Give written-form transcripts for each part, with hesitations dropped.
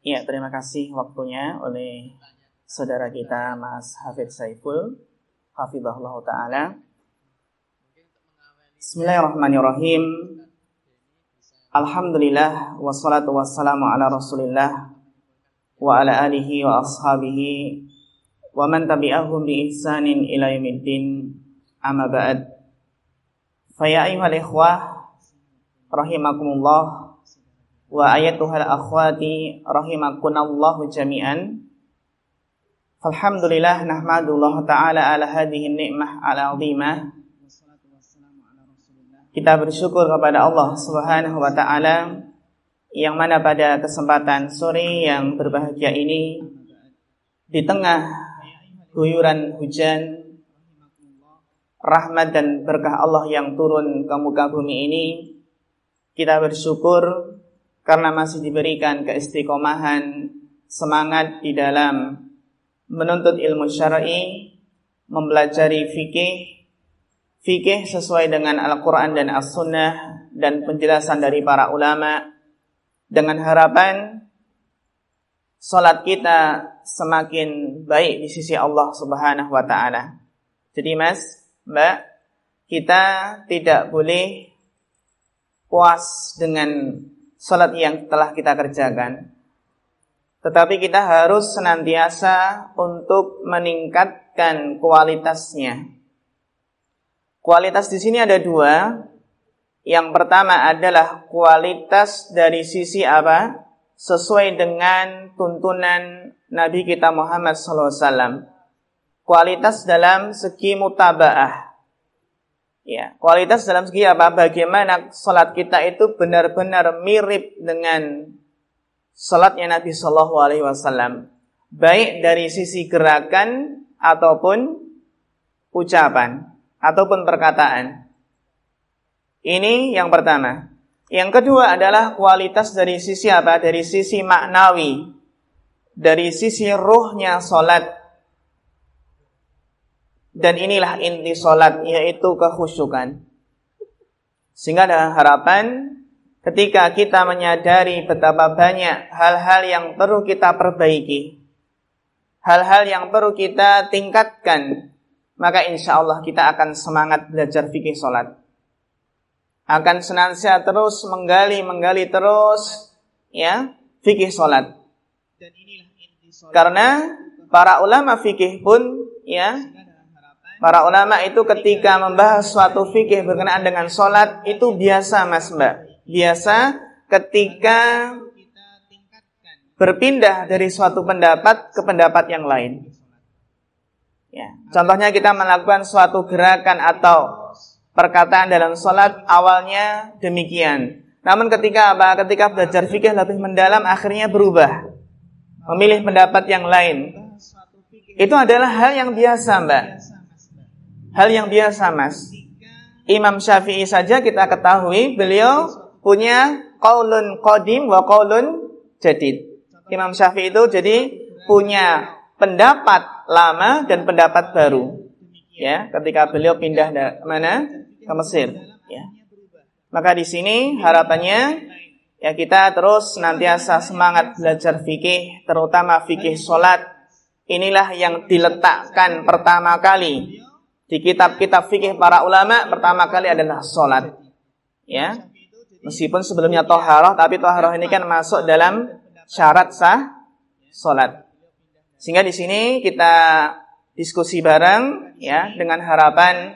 Ya, terima kasih waktunya oleh saudara kita Mas Hafidz Saiful hafizahullah taala. Bismillahirrahmanirrahim. Alhamdulillah wassalatu wassalamu ala Rasulillah wa ala alihi wa ashabihi wa man tabi'ahum bi ihsanin ila yaumiddin. Amma ba'd. Fa ya ayyuhal ikhwah rahimakumullah wa ayatuhal akhwati rahimakunallahu jami'an. Alhamdulillah nahmadullah ta'ala ala hadhihi ni'mah al-'azimah. Kita bersyukur kepada Allah Subhanahu wa taala yang mana pada kesempatan sore yang berbahagia ini di tengah guyuran hujan rahmat dan berkah Allah yang turun ke muka bumi ini, kita bersyukur karena masih diberikan keistiqomahan, semangat di dalam menuntut ilmu syar'i, mempelajari fikih sesuai dengan Al-Quran dan As-Sunnah dan penjelasan dari para ulama, dengan harapan salat kita semakin baik di sisi Allah Subhanahu wa taala. Jadi Mas, Mbak, kita tidak boleh puas dengan salat yang telah kita kerjakan, tetapi kita harus senantiasa untuk meningkatkan kualitasnya. Kualitas di sini ada dua. Yang pertama adalah kualitas dari sisi apa? Sesuai dengan tuntunan Nabi kita Muhammad SAW. Kualitas dalam segi mutaba'ah. Ya, kualitas dalam segi apa? Bagaimana salat kita itu benar-benar mirip dengan salatnya Nabi Shallallahu Alaihi Wasallam, baik dari sisi gerakan ataupun ucapan ataupun perkataan. Ini yang pertama. Yang kedua adalah kualitas dari sisi apa? Dari sisi maknawi, dari sisi ruhnya salat. Dan inilah inti salat, yaitu kekhusyukan. Sehingga ada harapan ketika kita menyadari betapa banyak hal-hal yang perlu kita perbaiki, hal-hal yang perlu kita tingkatkan, maka insya Allah kita akan semangat belajar fikih salat. Akan senantiasa terus menggali terus ya fikih salat. Karena para ulama fikih pun ya, para ulama itu ketika membahas suatu fikih berkenaan dengan salat itu biasa Mas Mbak. Biasa ketika berpindah dari suatu pendapat ke pendapat yang lain. Ya, contohnya kita melakukan suatu gerakan atau perkataan dalam salat awalnya demikian. Namun ketika belajar fikih lebih mendalam akhirnya berubah, memilih pendapat yang lain. Itu adalah hal yang biasa, Mbak. Hal yang biasa, Mas. Imam Syafi'i saja kita ketahui beliau punya qaulun qadim wa qaulun jadid. Imam Syafi'i itu jadi punya pendapat lama dan pendapat baru. Ya, ketika beliau pindah mana? Ke Mesir, ya. Maka di sini harapannya ya kita terus senantiasa semangat belajar fikih, terutama fikih salat. Inilah yang diletakkan pertama kali di kitab-kitab fikih para ulama, pertama kali adalah salat. Ya. Meskipun sebelumnya thaharah, tapi thaharah ini kan masuk dalam syarat sah salat. Sehingga di sini kita diskusi bareng ya, dengan harapan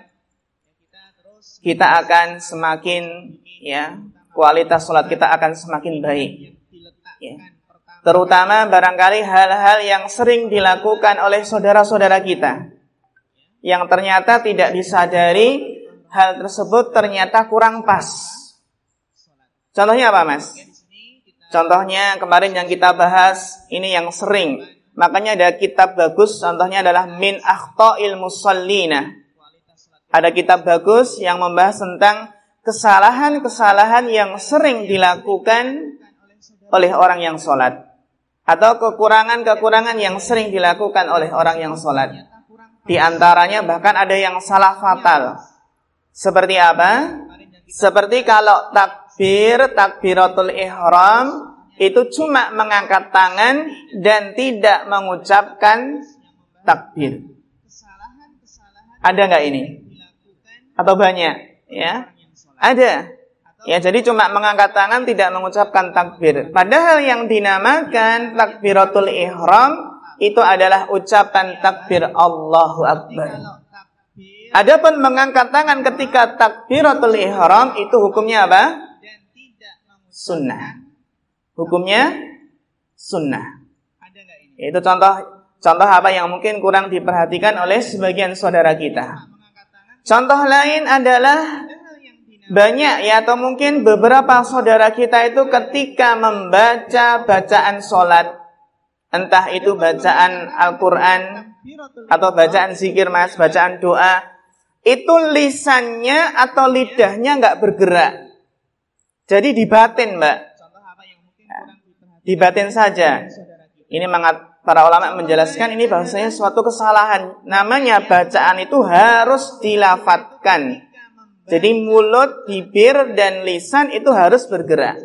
kita akan semakin ya, kualitas salat kita akan semakin baik. Ya. Terutama barangkali hal-hal yang sering dilakukan oleh saudara-saudara kita yang ternyata tidak disadari hal tersebut ternyata kurang pas. Contohnya apa, Mas? Contohnya kemarin yang kita bahas ini yang sering. Makanya ada kitab bagus, contohnya adalah Min Akhta'il Musallina. Ada kitab bagus yang membahas tentang kesalahan-kesalahan yang sering dilakukan oleh orang yang sholat, atau kekurangan-kekurangan yang sering dilakukan oleh orang yang sholat. Di antaranya bahkan ada yang salah fatal. Seperti apa? Seperti kalau takbiratul ihram itu cuma mengangkat tangan dan tidak mengucapkan takbir. Ada nggak ini? Atau banyak? Ya, ada. Ya, jadi cuma mengangkat tangan tidak mengucapkan takbir. Padahal yang dinamakan takbiratul ihram itu adalah ucapan takbir Allahu Akbar. Adapun mengangkat tangan ketika takbiratul ihram itu hukumnya apa? Sunnah. Hukumnya sunnah. Itu contoh apa yang mungkin kurang diperhatikan oleh sebagian saudara kita. Contoh lain adalah banyak ya, atau mungkin beberapa saudara kita itu ketika membaca bacaan sholat, entah itu bacaan Al-Quran atau bacaan zikir mas, bacaan doa, itu lisannya atau lidahnya nggak bergerak. Jadi dibatin mbak. Dibatin saja. Ini para ulama menjelaskan ini bahasanya suatu kesalahan. Namanya bacaan itu harus dilafatkan. Jadi mulut, bibir, dan lisan itu harus bergerak.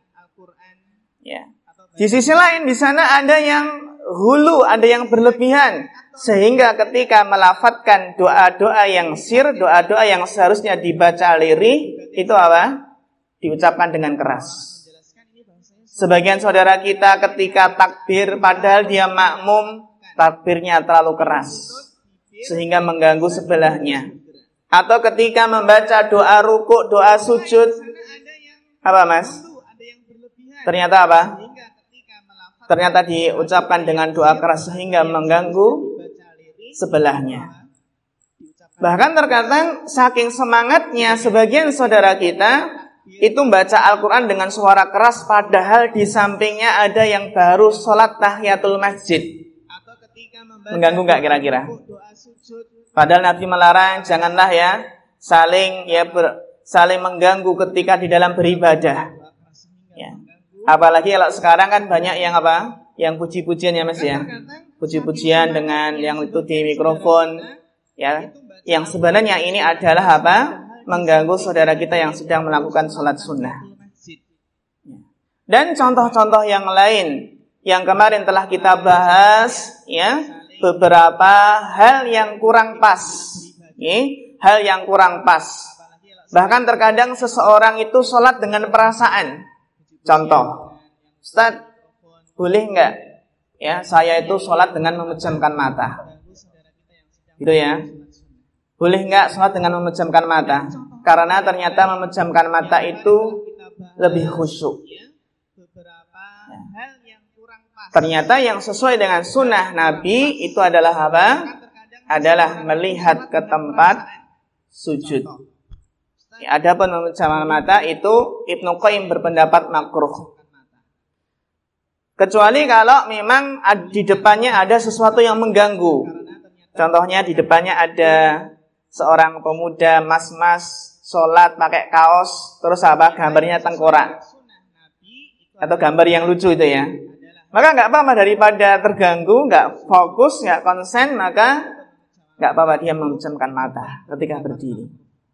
Ya. Di sisi lain di sana ada yang hulu, ada yang berlebihan. Sehingga ketika melafatkan doa-doa yang doa-doa yang seharusnya dibaca lirih, itu apa? Diucapkan dengan keras. Sebagian saudara kita ketika takbir padahal dia makmum, takbirnya terlalu keras sehingga mengganggu sebelahnya. Atau ketika membaca doa rukuk, doa sujud, apa mas? Ternyata apa? Ternyata diucapkan dengan doa keras sehingga mengganggu sebelahnya. Bahkan terkadang saking semangatnya sebagian saudara kita itu membaca Al-Quran dengan suara keras, padahal di sampingnya ada yang baru sholat tahiyatul masjid. Mengganggu nggak kira-kira? Padahal Nabi melarang janganlah ya saling mengganggu ketika di dalam beribadah. Ya. Apalagi kalau sekarang kan banyak yang apa? Yang puji-pujian ya mas ya. Puji-pujian dengan yang itu di mikrofon. Ya. Yang sebenarnya ini adalah apa? Mengganggu saudara kita yang sedang melakukan sholat sunnah. Dan contoh-contoh yang lain yang kemarin telah kita bahas, ya, beberapa hal yang kurang pas, hal yang kurang pas. Bahkan terkadang seseorang itu sholat dengan perasaan. Contoh, Ustaz, boleh nggak? Ya, saya itu sholat dengan memejamkan mata. Gitu ya. Boleh nggak sholat dengan memejamkan mata? Karena ternyata memejamkan mata itu lebih khusyuk. Ternyata yang sesuai dengan sunnah Nabi itu adalah apa? Adalah melihat ke tempat sujud. Adapun memejamkan mata itu Ibnu Qayyim berpendapat makruh. Kecuali kalau memang di depannya ada sesuatu yang mengganggu. Contohnya di depannya ada seorang pemuda mas-mas sholat pakai kaos, terus apa gambarnya tengkorak atau gambar yang lucu itu ya, maka nggak apa-apa, daripada terganggu, nggak fokus, nggak konsen, maka nggak apa-apa dia memejamkan mata ketika berdiri.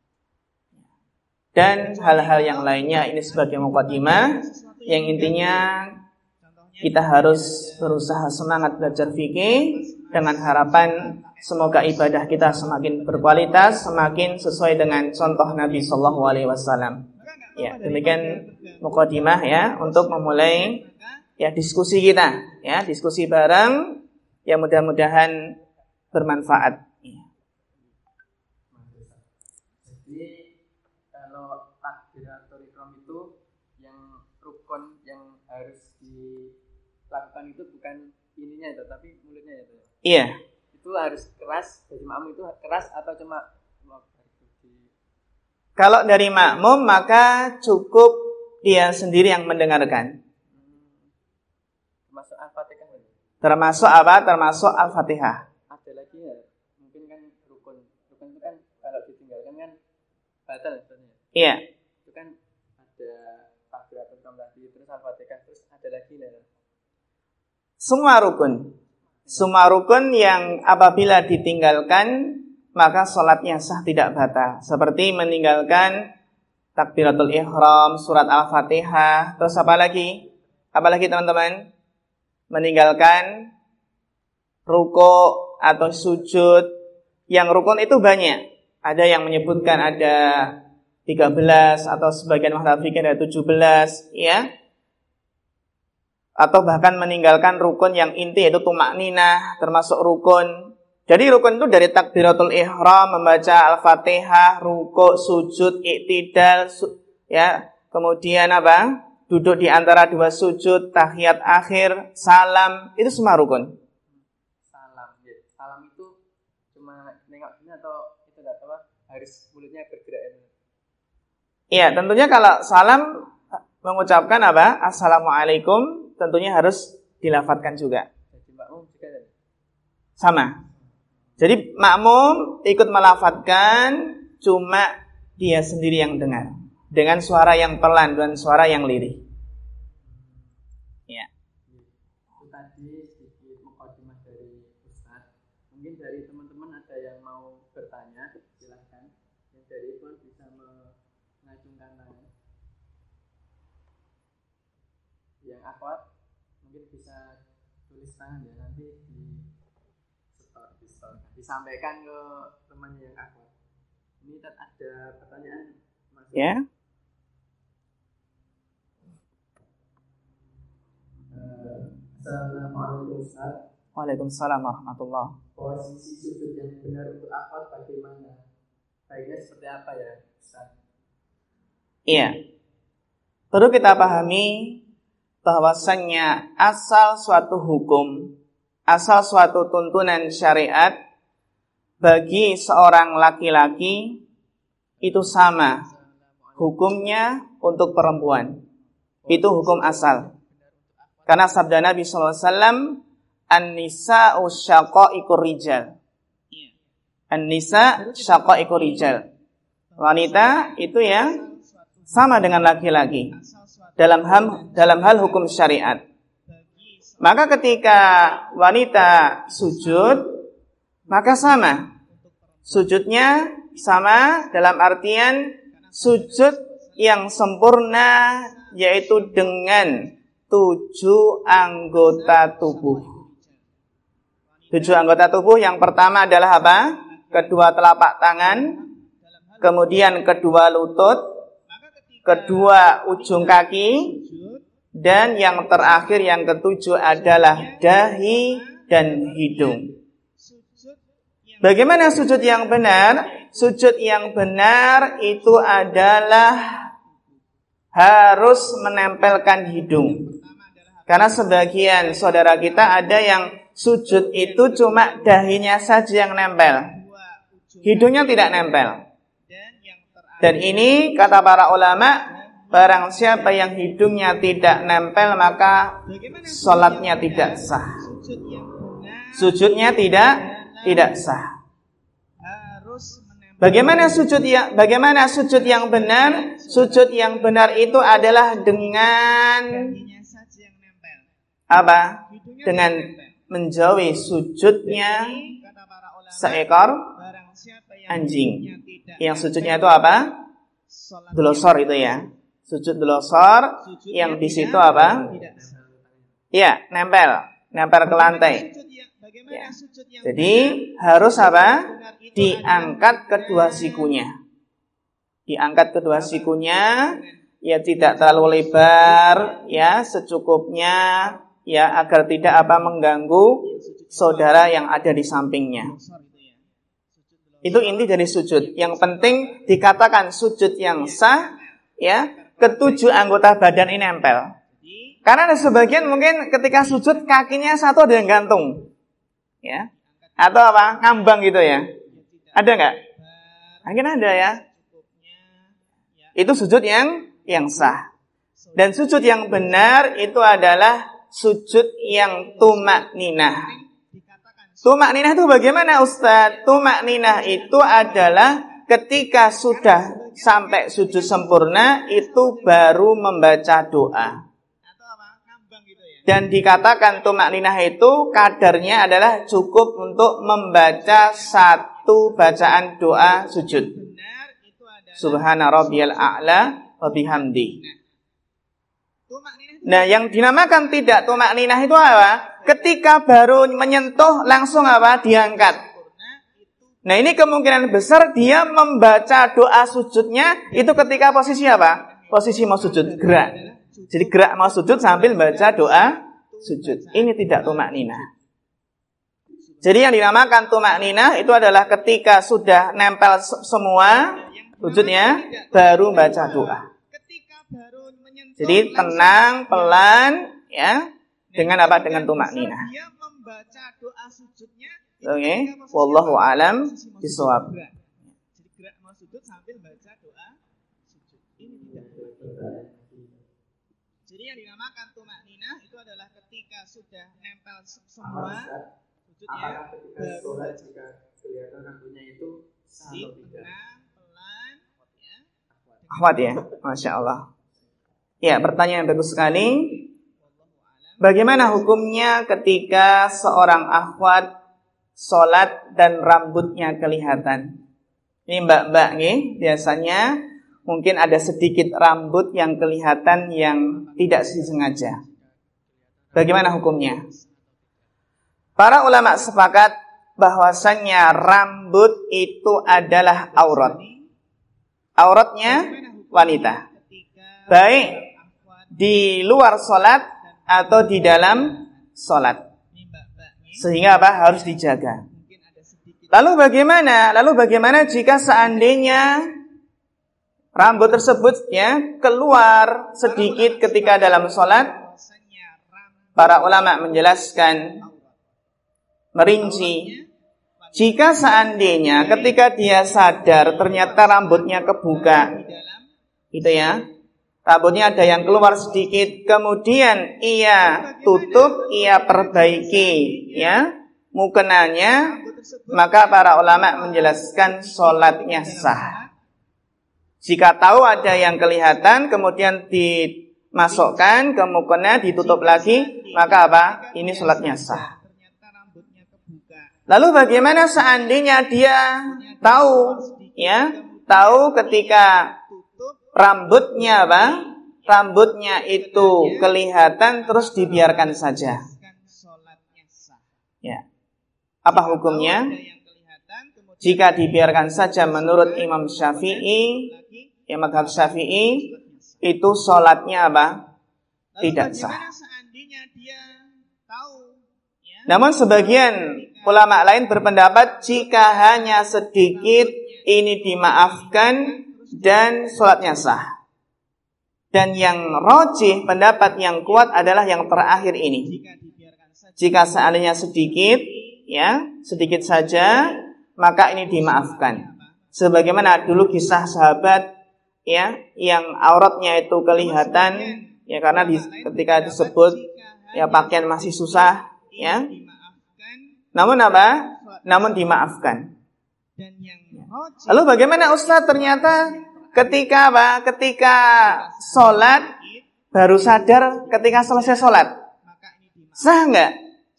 Dan hal-hal yang lainnya ini sebagai mukadimah yang intinya kita harus berusaha semangat belajar fikih dengan harapan semoga ibadah kita semakin berkualitas, semakin sesuai dengan contoh Nabi Sallallahu Alaihi Wasallam. Ya, demikian mukadimah ya untuk memulai ya diskusi kita, ya diskusi bareng yang mudah-mudahan bermanfaat. Jadi kalau takbiratul ihram itu yang rukun yang harus dilakukan itu bukan ininya itu, tapi mulutnya itu. Iya. Itu harus keras, dari makmum itu keras atau cuma kalau dari makmum maka cukup dia sendiri yang mendengarkan. Termasuk Al-Fatihah. Termasuk apa? Termasuk Al-Fatihah. Ada lagi ya, mungkin kan rukun itu kan kalau ditinggalkan kan batal sebenarnya. Iya. Itu kan ada takbiratul ihram tadi, terus Al-Fatihah, terus ada lagi lah. Semua rukun yang apabila ditinggalkan maka sholatnya sah tidak batal. Seperti meninggalkan takbiratul ihram, surat Al-Fatihah, terus apa lagi? Apalagi teman-teman, meninggalkan ruku atau sujud. Yang rukun itu banyak. Ada yang menyebutkan ada 13 atau sebagian mazhab fikih ada 17, ya. Atau bahkan meninggalkan rukun yang inti yaitu tumakninah termasuk rukun. Jadi rukun itu dari takbiratul ihram, membaca Al-Fatihah, ruku, sujud, i'tidal, ya. Kemudian apa? Duduk di antara dua sujud, tahiyat akhir, salam, itu semua rukun. Salam, ya. Salam itu cuma nengok ini atau itu enggak apa? Harus mulutnya bergerak. Iya, tentunya kalau salam mengucapkan apa? Assalamualaikum, tentunya harus dilafadzkan juga. Jadi makmum juga ada. Sama. Jadi makmum ikut melafadzkan, cuma dia sendiri yang dengar dengan suara yang pelan dan suara yang lirih. Ya. Itu tadi sedikit mukadimah dari Ustaz. Mungkin dari teman-teman ada yang mau bertanya, silakan. Yang dari Ikhwan bisa mengacungkan tangan. Yang akhwat mungkin bisa tulis tangan ya, nanti disampaikan ke temannya yang akhwat. Ini ada pertanyaan masuk. Ya. Assalamualaikum Ustaz. Waalaikumsalam warahmatullahi. Posisi sujud yang benar untuk akhwat bagaimana? Baiknya seperti apa ya Ustaz? Iya. Perlu kita pahami bahwasannya asal suatu hukum, asal suatu tuntunan syariat bagi seorang laki-laki itu sama hukumnya untuk perempuan. Itu hukum asal. Karena sabda Nabi SAW, An-nisa'u syaqa'iqur rijal. An-nisa' syaqa'iqur rijal. Wanita itu ya sama dengan laki-laki dalam hal hukum syariat. Maka ketika wanita sujud, maka sama. Sujudnya sama dalam artian sujud yang sempurna, yaitu dengan 7 anggota tubuh. 7 anggota tubuh yang pertama adalah apa? Kedua telapak tangan, kemudian kedua lutut, kedua ujung kaki, dan yang terakhir yang ketujuh adalah dahi dan hidung. Bagaimana sujud yang benar? Sujud yang benar itu adalah harus menempelkan hidung. Karena sebagian saudara kita ada yang sujud itu cuma dahinya saja yang nempel, hidungnya tidak nempel. Dan ini kata para ulama, barang siapa yang hidungnya tidak nempel maka sholatnya tidak sah, sujudnya tidak sah. Bagaimana sujud yang benar? Sujud yang benar itu adalah dengan apa? Dengan menjauhi sujudnya seekor anjing. Yang sujudnya itu apa? Delosor itu ya. Sujud delosor yang di situ apa? Ya, nempel ke lantai. Ya. Jadi harus apa? Diangkat kedua sikunya. Diangkat kedua sikunya, ya tidak terlalu lebar, ya secukupnya, ya agar tidak apa mengganggu saudara yang ada di sampingnya. Itu inti dari sujud. Yang penting dikatakan sujud yang sah, ya, ketujuh anggota badan ini nempel. Karena ada sebagian mungkin ketika sujud kakinya satu ada yang gantung, ya, atau apa ngambang gitu ya. Ada nggak? Mungkin ada ya. Itu sujud yang sah. Dan sujud yang benar itu adalah sujud yang tumakninah. Tumakninah itu bagaimana Ustaz? Tumakninah itu adalah ketika sudah sampai sujud sempurna itu baru membaca doa. Dan dikatakan tumakninah itu kadarnya adalah cukup untuk membaca satu bacaan doa sujud. Subhana rabbiyal a'la wa bihamdi. Nah, yang dinamakan tidak tumak ninah itu apa? Ketika baru menyentuh langsung apa? Diangkat. Nah, ini kemungkinan besar dia membaca doa sujudnya itu ketika posisi apa? Posisi mau sujud, gerak. Jadi gerak mau sujud sambil baca doa sujud. Ini tidak tumak ninah. Jadi yang dinamakan tumak ninah itu adalah ketika sudah nempel semua sujudnya baru baca doa. Jadi tenang, pelan, ya, dengan apa? Dengan tumak ninah. Oke, wallahu alam bishawab. Jadi yang dinamakan tumak ninah itu adalah ketika sudah nempel semua sujudnya baru jika kelihatan rambutnya itu tenang, pelan, ya. Akhwat ya, masya Allah. Ya, pertanyaan bagus sekali. Bagaimana hukumnya ketika seorang akhwat sholat dan rambutnya kelihatan? Ini mbak-mbak nih, biasanya mungkin ada sedikit rambut yang kelihatan yang tidak disengaja. Bagaimana hukumnya? Para ulama sepakat bahwasannya rambut itu adalah aurat. Auratnya wanita. Baik di luar sholat atau di dalam sholat. Sehingga apa? Harus dijaga. Lalu bagaimana jika seandainya rambut tersebut ya keluar sedikit ketika dalam sholat? Para ulama menjelaskan, merinci, jika seandainya ketika dia sadar ternyata rambutnya kebuka, gitu ya, rambutnya ada yang keluar sedikit, kemudian ia tutup, ia perbaiki, ya, mukenanya, maka para ulama menjelaskan sholatnya sah. Jika tahu ada yang kelihatan, kemudian dimasukkan ke mukena, ditutup lagi, maka apa? Ini sholatnya sah. Lalu bagaimana seandainya dia tahu, ya, tahu ketika rambutnya apa? Rambutnya itu kelihatan terus dibiarkan saja. Ya. Apa hukumnya? Jika dibiarkan saja menurut Imam Syafi'i, ya mazhab Syafi'i, itu sholatnya apa? Tidak sah. Namun sebagian ulama lain berpendapat jika hanya sedikit ini dimaafkan dan sholatnya sah. Dan yang rajih, pendapat yang kuat adalah yang terakhir ini. Jika seandainya sedikit, ya, sedikit saja, maka ini dimaafkan. Sebagaimana dulu kisah sahabat, ya, yang auratnya itu kelihatan, ya, karena ketika disebut, ya, pakaian masih susah, ya. Namun apa? Namun dimaafkan. Lalu bagaimana Ustaz? Ternyata ketika apa? Ketika sholat baru sadar ketika selesai sholat. Sah enggak?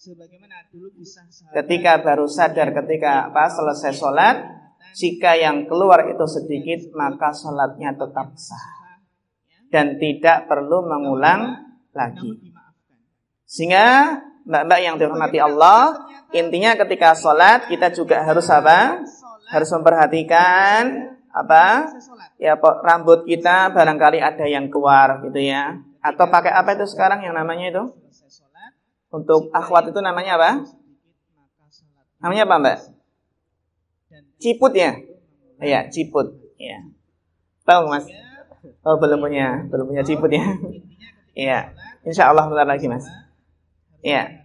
Ketika baru sadar ketika apa? Selesai sholat, jika yang keluar itu sedikit, maka sholatnya tetap sah dan tidak perlu mengulang lagi. Sehingga mbak-mbak yang dirahmati Allah, intinya ketika sholat kita juga harus apa? Harus memperhatikan apa? Ya, rambut kita barangkali ada yang keluar gitu ya. Atau pakai apa itu sekarang yang namanya itu? Untuk akhwat itu namanya apa? Namanya apa, Mbak? Ciput ya? Iya, ciput. Ya. Tahu Mas? Oh, belum punya ciput ya. Iya. Insya Allah bentar lagi Mas. Iya.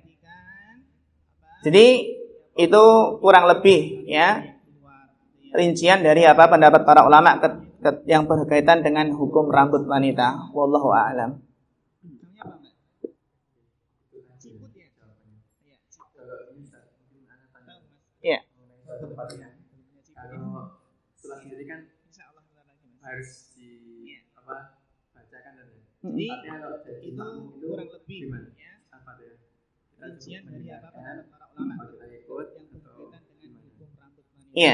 Jadi itu kurang lebih ya rincian dari apa pendapat para ulama yang berkaitan dengan hukum rambut wanita. Wallahu a'lam. Iya. Kalau setelah sendiri kan harus bacakan dan artinya kalau jadi makmum itu kurang lebih gimana? Apa ya? Rincian dari apa pendapat para ulama kita ikut yang berkaitan dengan hukum rambut wanita. Iya.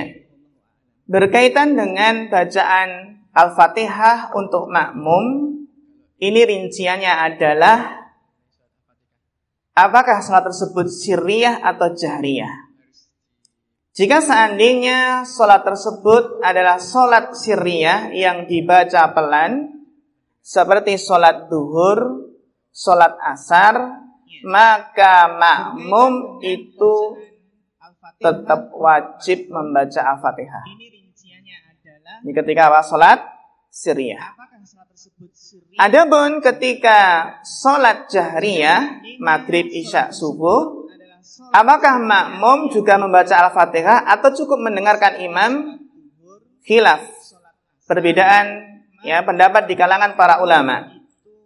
Berkaitan dengan bacaan Al-Fatihah untuk makmum, ini rinciannya adalah apakah salat tersebut sirriyah atau jahriyah. Jika seandainya salat tersebut adalah salat sirriyah yang dibaca pelan, seperti salat zuhur, salat asar, maka makmum itu tetap wajib membaca Al-Fatihah. Ini ketika apa? Salat sirriyah. Adapun ketika salat jahriyah, maghrib, isya, subuh, apakah makmum juga membaca Al-Fatihah atau cukup mendengarkan imam? Khilaf. Perbedaan pendapat di kalangan para ulama.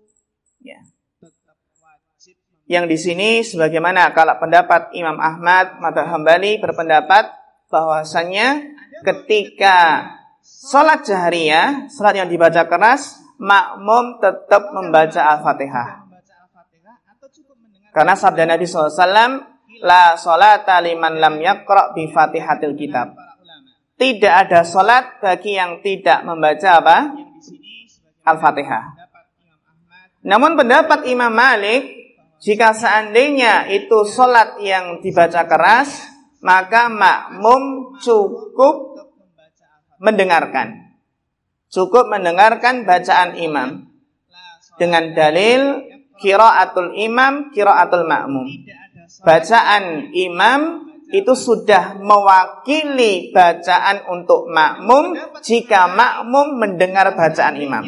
Yang di sini sebagaimana kalau pendapat Imam Ahmad Madzhab Hambali berpendapat bahwasannya ketika salat jahriyah, salat yang dibaca keras, makmum tetap membaca Al-Fatihah. Karena sabda Nabi SAW, la sholata liman lam yaqra' bi Fatihatil kitab. Tidak ada salat bagi yang tidak membaca apa? Al-Fatihah. Namun pendapat Imam Malik, jika seandainya itu salat yang dibaca keras, maka makmum cukup mendengarkan. Cukup mendengarkan bacaan imam. Dengan dalil qiraatul imam, qiraatul makmum. Bacaan imam itu sudah mewakili bacaan untuk makmum jika makmum mendengar bacaan imam.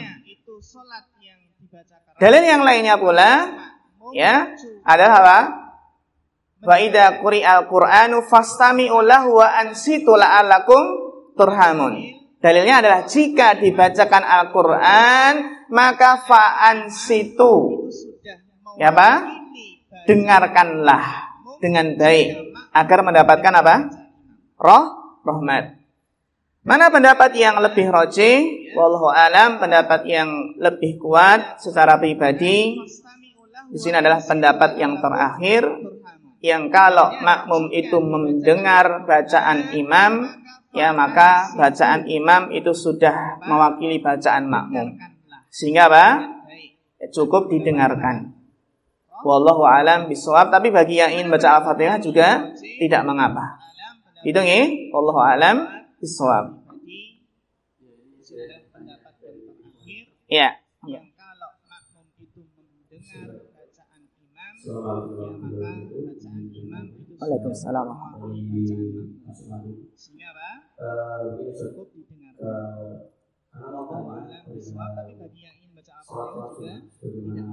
Dalil yang lainnya pula adalah apa? Wa idza quri'al Qur'anu fastami'u lahu wa ansitu la'allakum turhamun. Dalilnya adalah jika dibacakan Al-Qur'an maka fa'ansitu. Dengarkanlah dengan baik agar mendapatkan apa? Rahmat. Mana pendapat yang lebih rajih? Wallahu alam, pendapat yang lebih kuat secara pribadi di sini adalah pendapat yang terakhir, yang kalau makmum itu mendengar bacaan imam, maka bacaan imam itu sudah mewakili bacaan makmum. Sehingga apa? Cukup didengarkan. Wallahu alam bisawab. Tapi bagi yang ingin baca Al-Fatihah juga tidak mengapa. Itu nggih, wallahu alam bisawab. Ya. Waalaikumsalam. Tapi bagi yang ingin baca Al-Fatihah juga tidak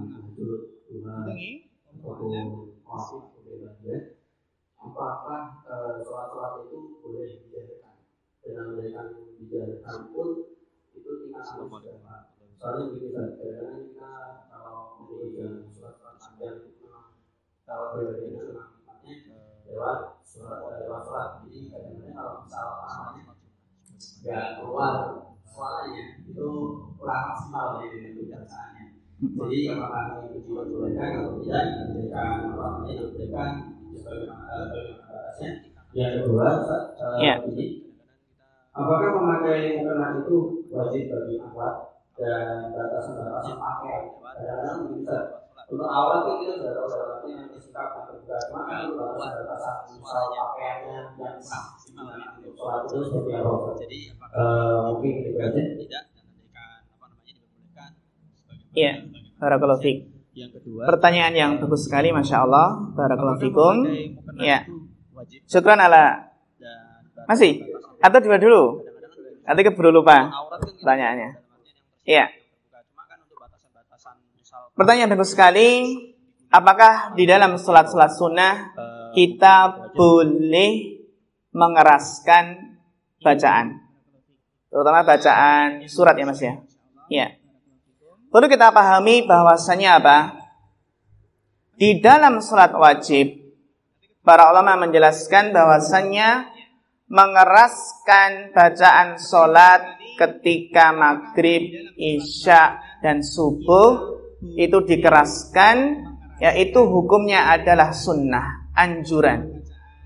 apakah sholat-sholat itu boleh dijalankan? Dengan mereka dijalankan pun itu tingkat berapa? Soalnya begini saja, karena kita kalau menjalankan sholat-sholat panjang itu kalau berbeda dengan lewat sholat. Jadi kadang-kadang kalau misal nggak keluar suaranya itu kurang maksimal dari bacaannya. Jadi apakah itu dibolehkan atau tidak? Diberikan sebagaimana batasnya. Yang kedua, ini apakah memakai mukena itu wajib bagi akhwat dan batasan-batasan pakaian? Kadang-kadang bisa untuk awal itu kita sudah tahu dalamnya nanti sikap dan berbuat, maka itu batasan misal pakaiannya yang soal itu seperti apa? Jadi mungkin itu aja. Iya, barakallahu fiik. Pertanyaan yang bagus sekali, masya Allah. Barakallahu fiikum. Iya. Syukran ala. Masih? Atau dua dulu? Nanti keburu lupa pertanyaannya. Iya. Pertanyaan bagus sekali. Apakah di dalam sholat-sholat sunnah kita boleh mengeraskan bacaan? Terutama bacaan surat ya Mas ya? Iya. Perlu kita pahami bahwasanya apa? Di dalam sholat wajib, para ulama menjelaskan bahwasanya mengeraskan bacaan sholat ketika maghrib, isya, dan subuh itu dikeraskan, yaitu hukumnya adalah sunnah, anjuran.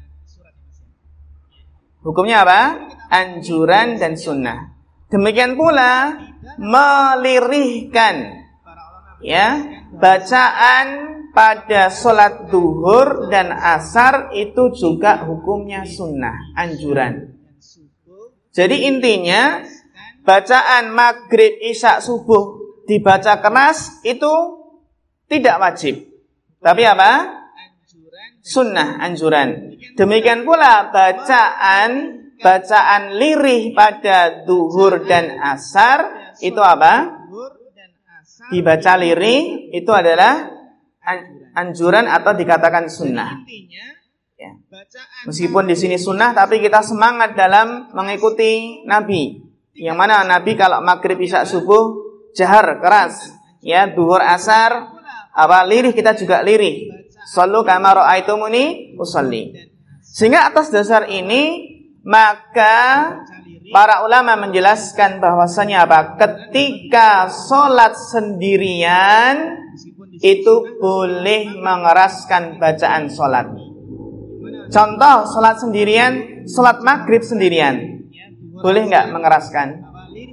Hukumnya apa? Anjuran dan sunnah. Demikian pula melirihkan ya, bacaan pada sholat duhur dan asar itu juga hukumnya sunnah, anjuran. Jadi intinya bacaan maghrib, isya, subuh dibaca keras itu tidak wajib, tapi apa? Sunnah, anjuran. Demikian pula bacaan lirih pada duhur dan asar itu apa? Dibaca lirih itu adalah anjuran atau dikatakan sunnah. Ya. Meskipun di sini sunnah, tapi kita semangat dalam mengikuti Nabi. Yang mana Nabi kalau maghrib, isya, subuh jahar keras, ya, duhur, asar apa lirih, kita juga lirih. Shallu kama ra'aitumuni usolli. Sehingga atas dasar ini maka para ulama menjelaskan bahwasanya apa? Ketika sholat sendirian itu boleh mengeraskan bacaan sholat. Contoh sholat sendirian, sholat maghrib sendirian, boleh nggak mengeraskan?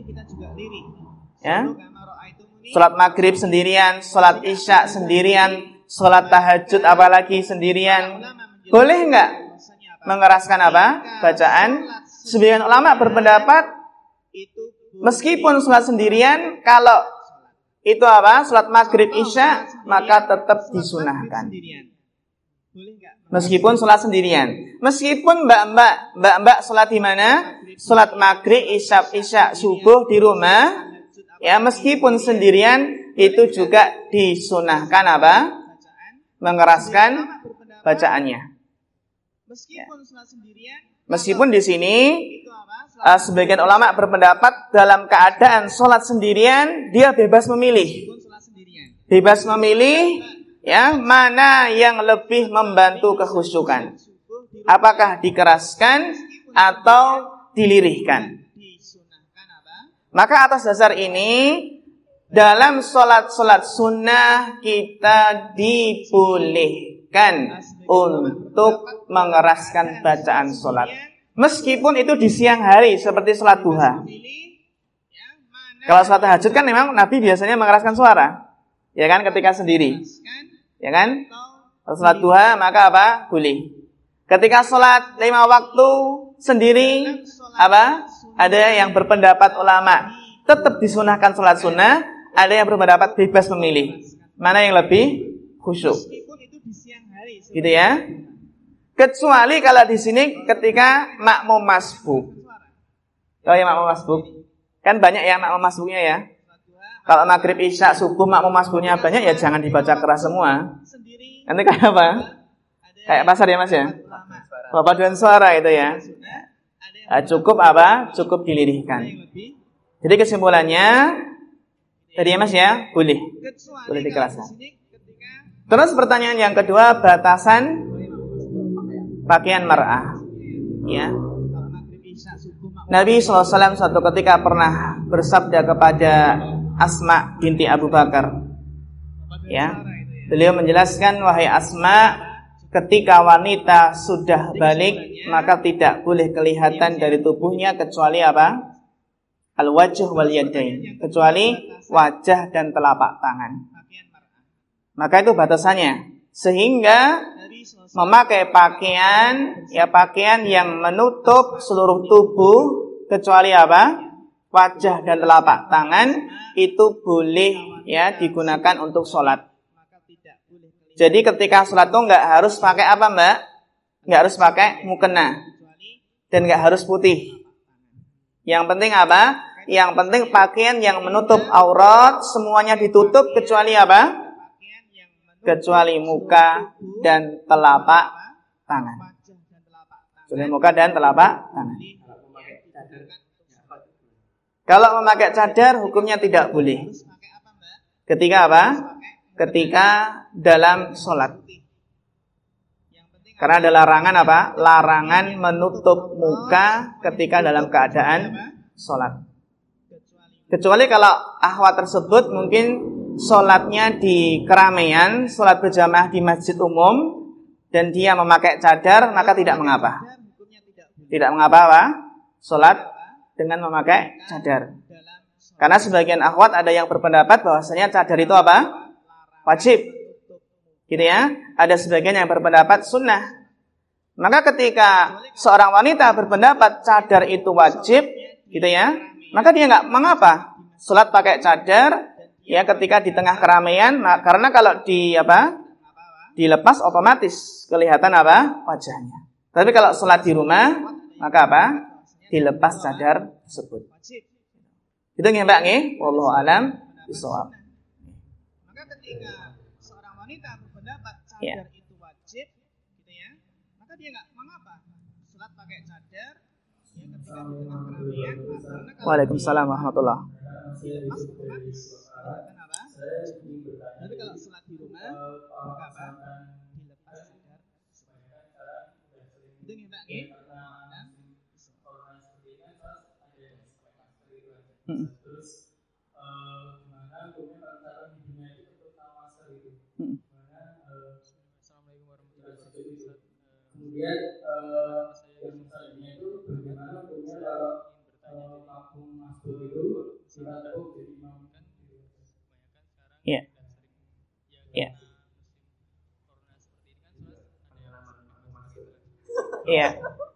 Ya? Sholat maghrib sendirian, sholat isya sendirian, sholat tahajud apalagi sendirian, boleh nggak mengeraskan apa? Bacaan. Sebagian ulama berpendapat meskipun sholat sendirian, kalau itu apa? Sholat maghrib, isya, maka tetap disunahkan. Meskipun sholat sendirian, meskipun mbak sholat di mana? Sholat maghrib, isya, subuh di rumah, ya, meskipun sendirian itu juga disunahkan apa? Mengeraskan bacaannya. Meskipun di sini sebagian ulama berpendapat dalam keadaan sholat sendirian dia bebas memilih. Bebas memilih, ya, mana yang lebih membantu kekhusyukan. Apakah dikeraskan atau dilirihkan. Maka atas dasar ini dalam sholat sunnah kita dibolehkan untuk mengeraskan bacaan sholat. Meskipun itu di siang hari seperti sholat duha. Kalau sholat tahajud kan memang Nabi biasanya mengeraskan suara, ya kan, ketika sendiri, ya kan. Kalau sholat duha maka apa? Boleh. Ketika sholat 5 waktu sendiri, apa? Ada yang berpendapat ulama tetap disunahkan sholat sunnah, ada yang berpendapat bebas memilih mana yang lebih khusyuk. Gitu ya. Kecuali kalau di sini ketika makmum masbuk. Tahu ya makmum masbuk? Kan banyak ya makmum masbuknya ya. Kalau maghrib, isya, subuh makmum masbuknya banyak, ya jangan dibaca keras semua. Nanti kayak apa? Kayak pasar ya Mas ya? Paduan suara itu ya. Cukup apa? Cukup dilirihkan. Jadi kesimpulannya tadi ya Mas ya, boleh dikeraskan. Terus pertanyaan yang kedua, batasan pakaian mar'ah. Ya. Nabi SAW suatu ketika pernah bersabda kepada Asma binti Abu Bakar. Ya. Beliau menjelaskan, wahai Asma, ketika wanita sudah balik maka tidak boleh kelihatan dari tubuhnya kecuali apa? Al-wajh wal yadain, kecuali wajah dan telapak tangan. Maka itu batasannya. Sehingga memakai pakaian, ya pakaian yang menutup seluruh tubuh kecuali apa? Wajah dan telapak tangan itu boleh ya digunakan untuk sholat. Jadi ketika sholat itu nggak harus pakai apa Mbak? Nggak harus pakai mukena dan nggak harus putih. Yang penting apa? Yang penting pakaian yang menutup aurat semuanya ditutup kecuali apa? Kecuali muka dan telapak tangan. Kecuali muka dan telapak tangan. Kalau memakai cadar hukumnya tidak boleh. Ketika apa? Ketika dalam sholat. Karena ada larangan apa? Larangan menutup muka ketika dalam keadaan sholat. Kecuali kalau akhwat tersebut mungkin sholatnya di keramaian, sholat berjamaah di masjid umum, dan dia memakai cadar, maka tidak mengapa. Tidak mengapa apa? Sholat dengan memakai cadar. Karena sebagian akhwat ada yang berpendapat bahwasanya cadar itu apa? Wajib. Gitu ya. Ada sebagian yang berpendapat sunnah. Maka ketika seorang wanita berpendapat cadar itu wajib, gitu ya, maka dia nggak mengapa sholat pakai cadar ya ketika di tengah keramaian, karena kalau dilepas otomatis kelihatan apa? Wajahnya. Tapi kalau sholat di rumah, maka apa? Dilepas cadar tersebut. Itu nggih Mbak nggih? Wallahu alam bishawab. Maka ketika seorang wanita berpendapat cadar itu wajib, gitu ya, maka dia nggak mengapa sholat pakai cadar ya ketika di tengah keramaian. Waalaikumsalam warahmatullahi. Dilepas otomatis. Kenapa? Tapi kalau sholat di rumah, maka apa? Dilepas cadar. Itu nggih Mbak nggih? Terus gimana hukumnya antara hidungnya itu tentang masker itu? Gimana? Assalamualaikum warahmatullahi wabarakatuh. Kemudian yang misalnya itu bagaimana hukumnya kalau makmum masbuk itu kita tahu jadi imam kan? Iya. Iya. Iya.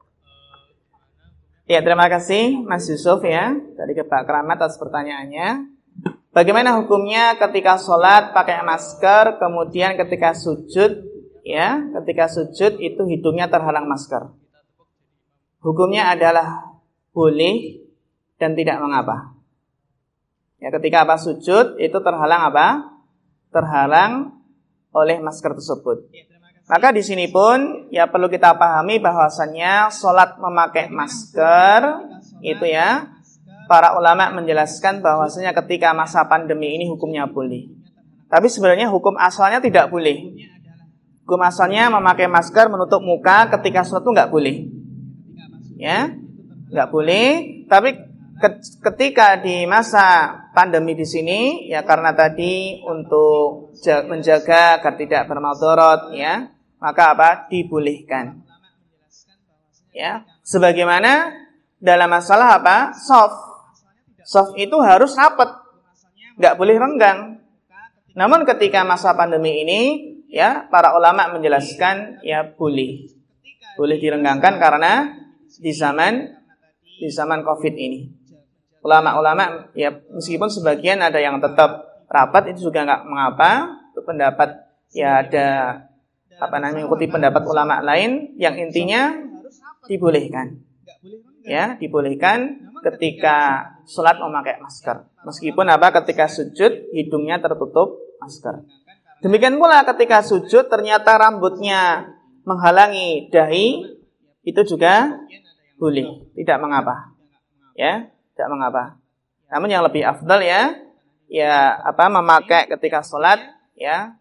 Ya, terima kasih Mas Yusuf ya dari Pak Keramat atas pertanyaannya. Bagaimana hukumnya ketika sholat pakai masker, kemudian ketika sujud, ya, ketika sujud itu hidungnya terhalang masker. Hukumnya adalah boleh dan tidak mengapa. Ya, ketika sujud itu terhalang apa? Terhalang oleh masker tersebut. Maka di sini pun ya perlu kita pahami bahwasannya sholat memakai masker itu ya, para ulama menjelaskan bahwasanya ketika masa pandemi ini hukumnya boleh. Tapi sebenarnya hukum asalnya tidak boleh. Hukum asalnya memakai masker menutup muka ketika sholat itu nggak boleh. Ya, nggak boleh. Tapi ketika di masa pandemi di sini ya karena tadi untuk menjaga agar tidak bermadarat ya, maka dibolehkan. Ya, sebagaimana dalam masalah soft. Soft itu harus rapat. Enggak boleh renggang. Namun ketika masa pandemi ini ya para ulama menjelaskan ya boleh. Boleh direnggangkan karena di zaman Covid ini. Ulama-ulama ya meskipun sebagian ada yang tetap rapat itu juga enggak mengapa. Itu pendapat ya ada mengikuti pendapat ulama lain yang intinya dibolehkan. Ya, dibolehkan ketika sholat memakai masker. Meskipun ketika sujud hidungnya tertutup masker. Demikian pula ketika sujud ternyata rambutnya menghalangi dahi, itu juga boleh, tidak mengapa. Ya, tidak mengapa. Namun yang lebih afdal ya memakai ketika sholat ya.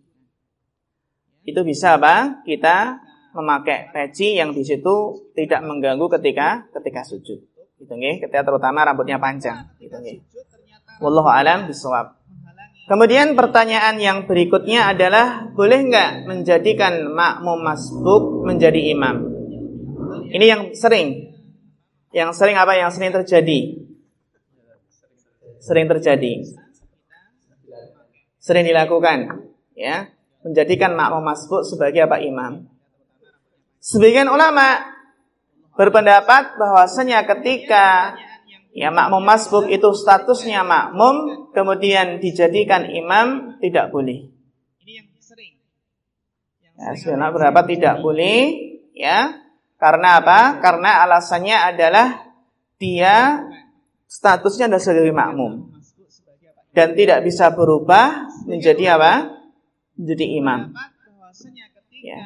Itu bisa kita memakai peci yang di situ tidak mengganggu ketika sujud. Gitu nggih, ketika terutama rambutnya panjang, gitu nggih. Wallahu alam bishawab. Kemudian pertanyaan yang berikutnya adalah boleh enggak menjadikan makmum masbuk menjadi imam? Ini yang sering terjadi. Sering dilakukan, ya. Menjadikan makmum masbuk sebagai imam. Sebagian ulama berpendapat bahwasanya ketika ya makmum masbuk itu statusnya makmum kemudian dijadikan imam tidak boleh. Ya, sebenarnya berapa tidak boleh ya. Karena apa? Karena alasannya adalah dia statusnya adalah sebagai makmum dan tidak bisa berubah menjadi menjadi imam. Ya.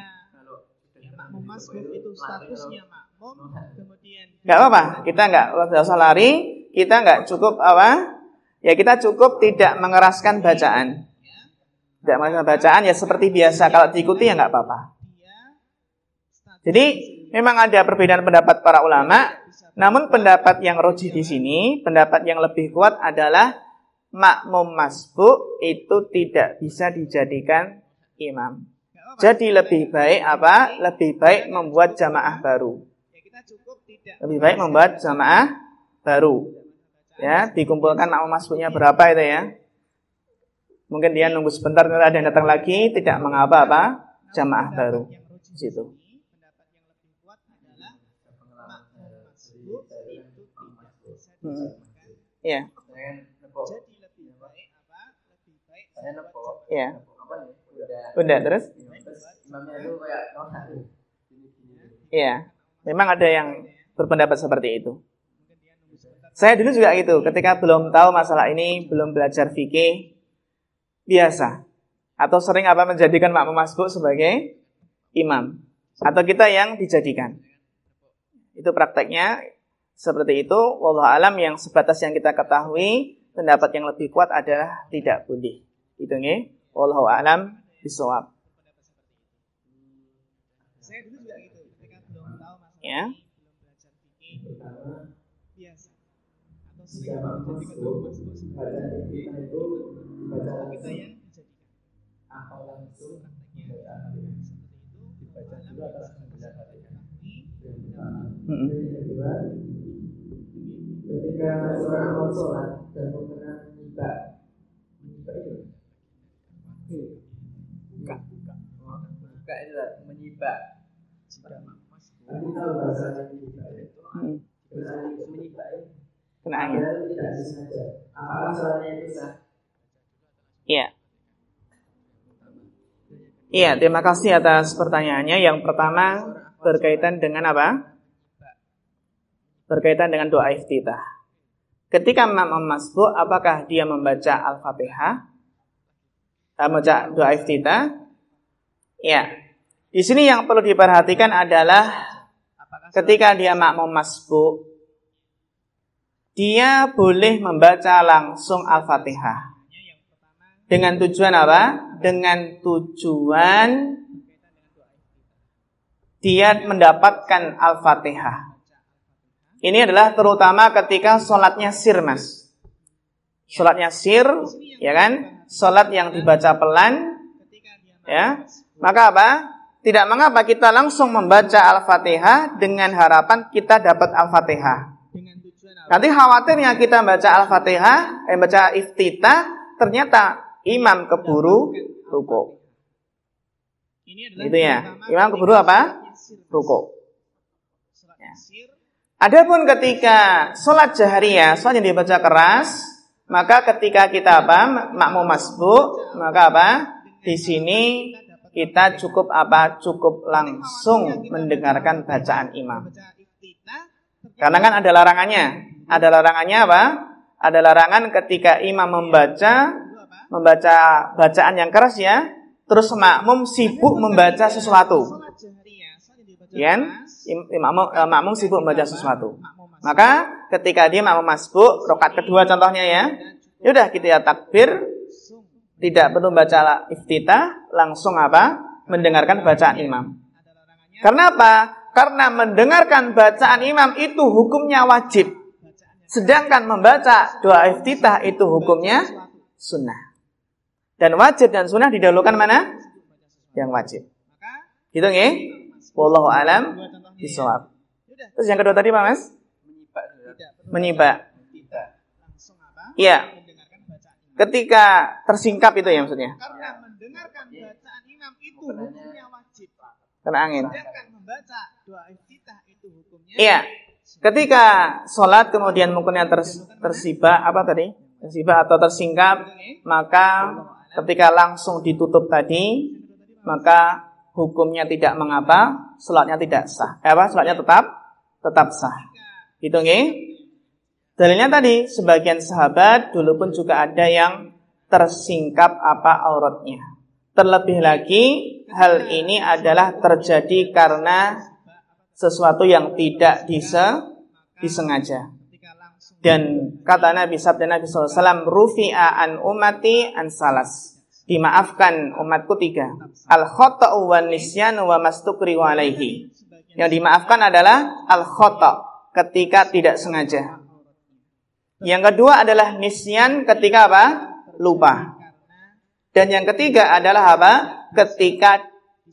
Gak apa-apa, kita nggak usah lari, kita nggak cukup ya kita cukup tidak mengeraskan bacaan. Tidak mengeraskan bacaan ya seperti biasa, kalau diikuti ya nggak apa-apa. Jadi memang ada perbedaan pendapat para ulama, namun pendapat yang rajih di sini, pendapat yang lebih kuat adalah makmum masbuk itu tidak bisa dijadikan imam. Jadi lebih baik Lebih baik membuat jamaah baru. Lebih baik membuat jamaah baru. Ya, dikumpulkan makmum masbuknya berapa itu ya. Mungkin dia nunggu sebentar, nanti ada yang datang lagi, tidak mengapa apa jamaah baru di situ. Pendapat yang lebih kuat adalah makmum masbuk itu tidak bisa disamakan. Iya. Jadi lebih baik apa? Lebih baik Saya nepok. Iya. Apa nih? Udah terus? Imamnya itu kayak norak. Iya. Memang ada yang berpendapat seperti itu. Saya dulu juga gitu, ketika belum tahu masalah ini, belum belajar fikih, biasa. Atau sering apa menjadikan makmum masbuk sebagai imam. Atau kita yang dijadikan. Itu prakteknya seperti itu. Wallahu alam, yang sebatas yang kita ketahui, pendapat yang lebih kuat adalah tidak boleh. Itu nggih. Wallahu alam bishawab. Saya dulu juga gitu, ketika belum tahu masalah Ya. ini, belum belajar fikih, biasa. Atau sering apa menjadikan makmum masbuk sebagai kita itu dibaca kita yang dijadikan. apa langsung Prakteknya seperti itu. dibaca dulu atas penjelasan Fatihah. Yang pertama. Mm-mm. Yang kedua, ketika seorang mau sholat dan mengenal niba itu Buka itu lah, menyibak. nanti tahu bahasanya niba itu. Menyibak itu. Kena angin. Padahal tidak disengaja. Apakah sholatnya itu sah? Iya. Iya, terima kasih atas pertanyaannya. Yang pertama berkaitan dengan apa? Berkaitan dengan doa iftitah. Ketika makmum masbuk, apakah dia membaca Al-Fatihah? Membaca doa iftitah? Ya. Di sini yang perlu diperhatikan adalah ketika dia makmum masbuk, dia boleh membaca langsung Al-Fatihah. Dengan tujuan apa? Dengan tujuan dia mendapatkan Al-Fatihah. Ini adalah terutama ketika sholatnya sir, Mas. Sholatnya sir, ya kan? Sholat yang dibaca pelan, ya. Maka apa? Tidak mengapa kita langsung membaca Al-Fatihah dengan harapan kita dapat Al-Fatihah. Nanti khawatirnya kita baca Al-Fatihah, baca iftitah, ternyata imam keburu ruku. Itu ya. Imam keburu apa? Ruku. Ya. Adapun ketika sholat jahriyah, sholat yang dibaca keras, maka ketika kita apa? Makmum masbuk, maka apa? Di sini kita cukup apa? Cukup langsung mendengarkan bacaan imam. Karena kan ada larangannya. Ada larangannya apa? Ada larangan ketika imam membaca bacaan yang keras ya, terus makmum sibuk membaca sesuatu. Ya, makmum sibuk membaca sesuatu. Maka ketika dia makmum masbuk, rakaat kedua contohnya ya, yaudah kita takbir, tidak perlu baca iftitah, langsung apa? Mendengarkan bacaan imam. Karena apa? Karena mendengarkan bacaan imam itu hukumnya wajib. Sedangkan membaca doa iftitah itu hukumnya sunnah. Dan wajib dan sunnah didahulukan mana? Yang wajib. Gitu nggih? Wallahu alam bishawab. Terus yang kedua tadi Pak Mas? Menyibak. Iya. Ketika tersingkap itu ya maksudnya. Karena mendengarkan bacaan imam itu hukumnya wajib. Kena angin. Sedangkan membaca doa iftitah itu hukumnya. Iya. Ketika sholat kemudian mungkinnya tersibak apa tadi? Tersibak atau tersingkap, maka ketika langsung ditutup tadi, maka hukumnya tidak mengapa, sholatnya tidak sah. Sholatnya tetap sah. Gitu nggih? Dalilnya tadi, sebagian sahabat dulu pun juga ada yang tersingkap apa auratnya. Terlebih lagi, hal ini adalah terjadi karena sesuatu yang tidak disengaja. Dan kata Nabi sabda Nabi SAW, rufi'a an ummati an salas. Dimaafkan umatku 3. Al-khota'u wa nisyanu wa mastukri wa alaihi. Yang dimaafkan adalah al-khota' ketika tidak sengaja. Yang kedua adalah nisyan ketika apa? Lupa. Dan yang ketiga adalah apa? Ketika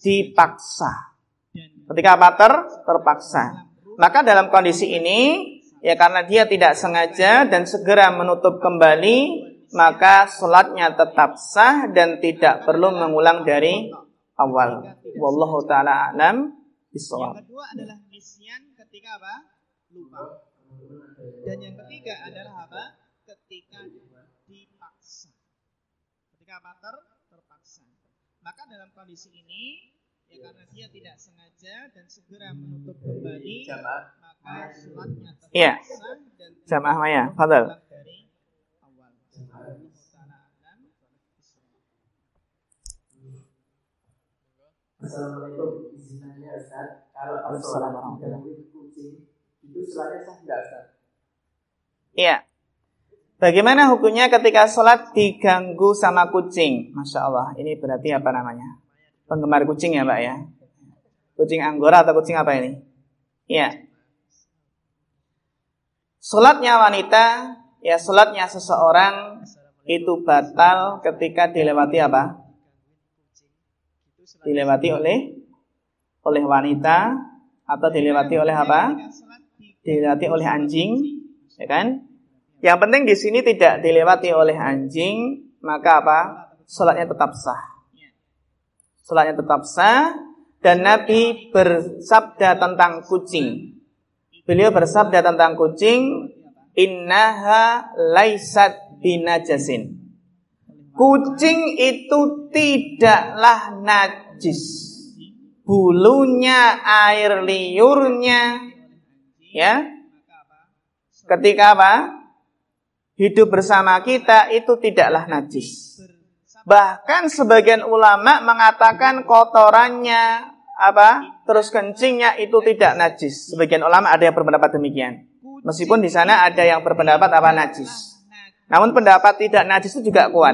dipaksa. Ketika apa? Terpaksa. Maka dalam kondisi ini ya karena dia tidak sengaja dan segera menutup kembali, maka sholatnya tetap sah dan tidak perlu mengulang dari awal. Wallahu ta'ala a'lam bishawab. Yang kedua adalah nisyan ketika apa? Lupa. Dan yang ketiga adalah apa? Ketika dipaksa. Ketika apa? Terpaksa. Maka dalam kondisi ini, ya karena dia tidak sengaja dan segera menutup kembali, maka sholatnya tetap sah dan Jamaah Maya, fadhal. dari awal. Assalamualaikum, izinnya Ustaz. Kalau sholat digangguin kucing, itu sholatnya sah nggak Ustaz? Iya. Bagaimana hukumnya ketika sholat diganggu sama kucing? Masya Allah, ini berarti apa namanya? Penggemar kucing ya Mbak ya? Kucing Anggora atau kucing apa ini? Iya. Sholatnya wanita, ya sholatnya seseorang itu batal ketika dilewati apa? Dilewati oleh wanita atau dilewati oleh apa? Dilewati oleh anjing, ya kan? Yang penting di sini tidak dilewati oleh anjing, maka apa? Sholatnya tetap sah. Sholatnya tetap sah dan Nabi bersabda tentang kucing. Beliau bersabda tentang kucing, innaha laisat binajasin. Kucing itu tidaklah najis. Bulunya, air liurnya, ya. Ketika apa? Hidup bersama kita itu tidaklah najis. Bahkan sebagian ulama mengatakan kotorannya apa? Terus kencingnya itu tidak najis. Sebagian ulama ada yang berpendapat demikian. Meskipun di sana ada yang berpendapat apa najis. Namun pendapat tidak najis itu juga kuat.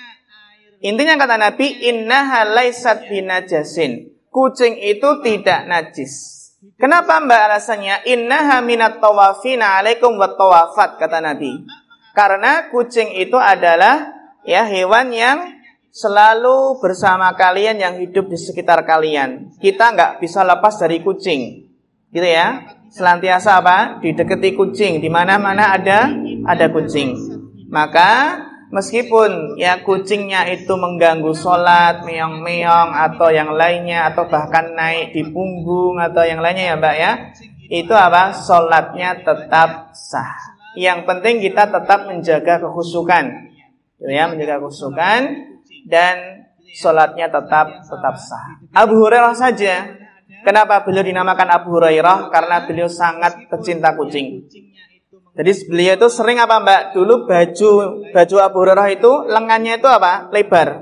Intinya kata Nabi, innaha laisat binajasin. Kucing itu tidak najis. Kenapa Mbak alasannya? Innaha minat tawafina alaikum wat tawafat, kata Nabi. Karena kucing itu adalah ya hewan yang selalu bersama kalian, yang hidup di sekitar kalian. Kita nggak bisa lepas dari kucing, gitu ya. Selantiasa apa? Didekati kucing. Di mana-mana ada kucing. Maka meskipun ya kucingnya itu mengganggu sholat, meong-meong atau yang lainnya, atau bahkan naik di punggung atau yang lainnya ya Mbak ya, itu apa? Sholatnya tetap sah. Yang penting kita tetap menjaga kekhusyukan, ya, menjaga kekhusyukan dan sholatnya tetap sah. Abu Hurairah saja, kenapa beliau dinamakan Abu Hurairah? Karena beliau sangat pecinta kucing. Jadi beliau itu sering apa Mbak? Dulu baju Abu Hurairah itu lengannya itu apa? Lebar.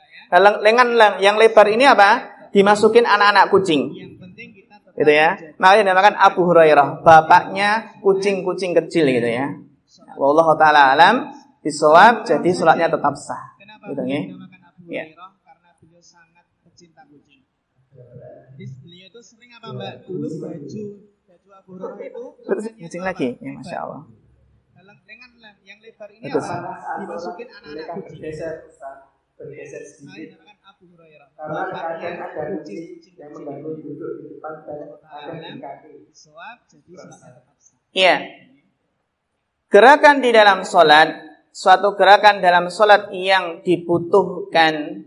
Lengan yang lebar ini apa? Dimasukin anak-anak kucing. Gitu ya. Makanya dinamakan Abu Hurairah, bapaknya kucing-kucing kecil gitu ya. Wallahu taala alam bisawab, jadi salatnya tetap sah. Gitu ya. Ya. Karena beliau sangat pecinta kucing. Jadi beliau itu sering apa Mbak? Dulu baju Abu Hurairah itu kucing lagi, ya Masya Allah. Lengan yang lebar ini Betul. apa? Dimasukin anak-anak kucing. Bergeser sedikit. Dinamakan Abu Hurairah. Karena kadang ada kucing yang mengganggu duduk di depan dan ada di kaki. Soab, jadi salatnya tetap sah. Iya. Gerakan di dalam sholat, suatu gerakan dalam sholat yang dibutuhkan,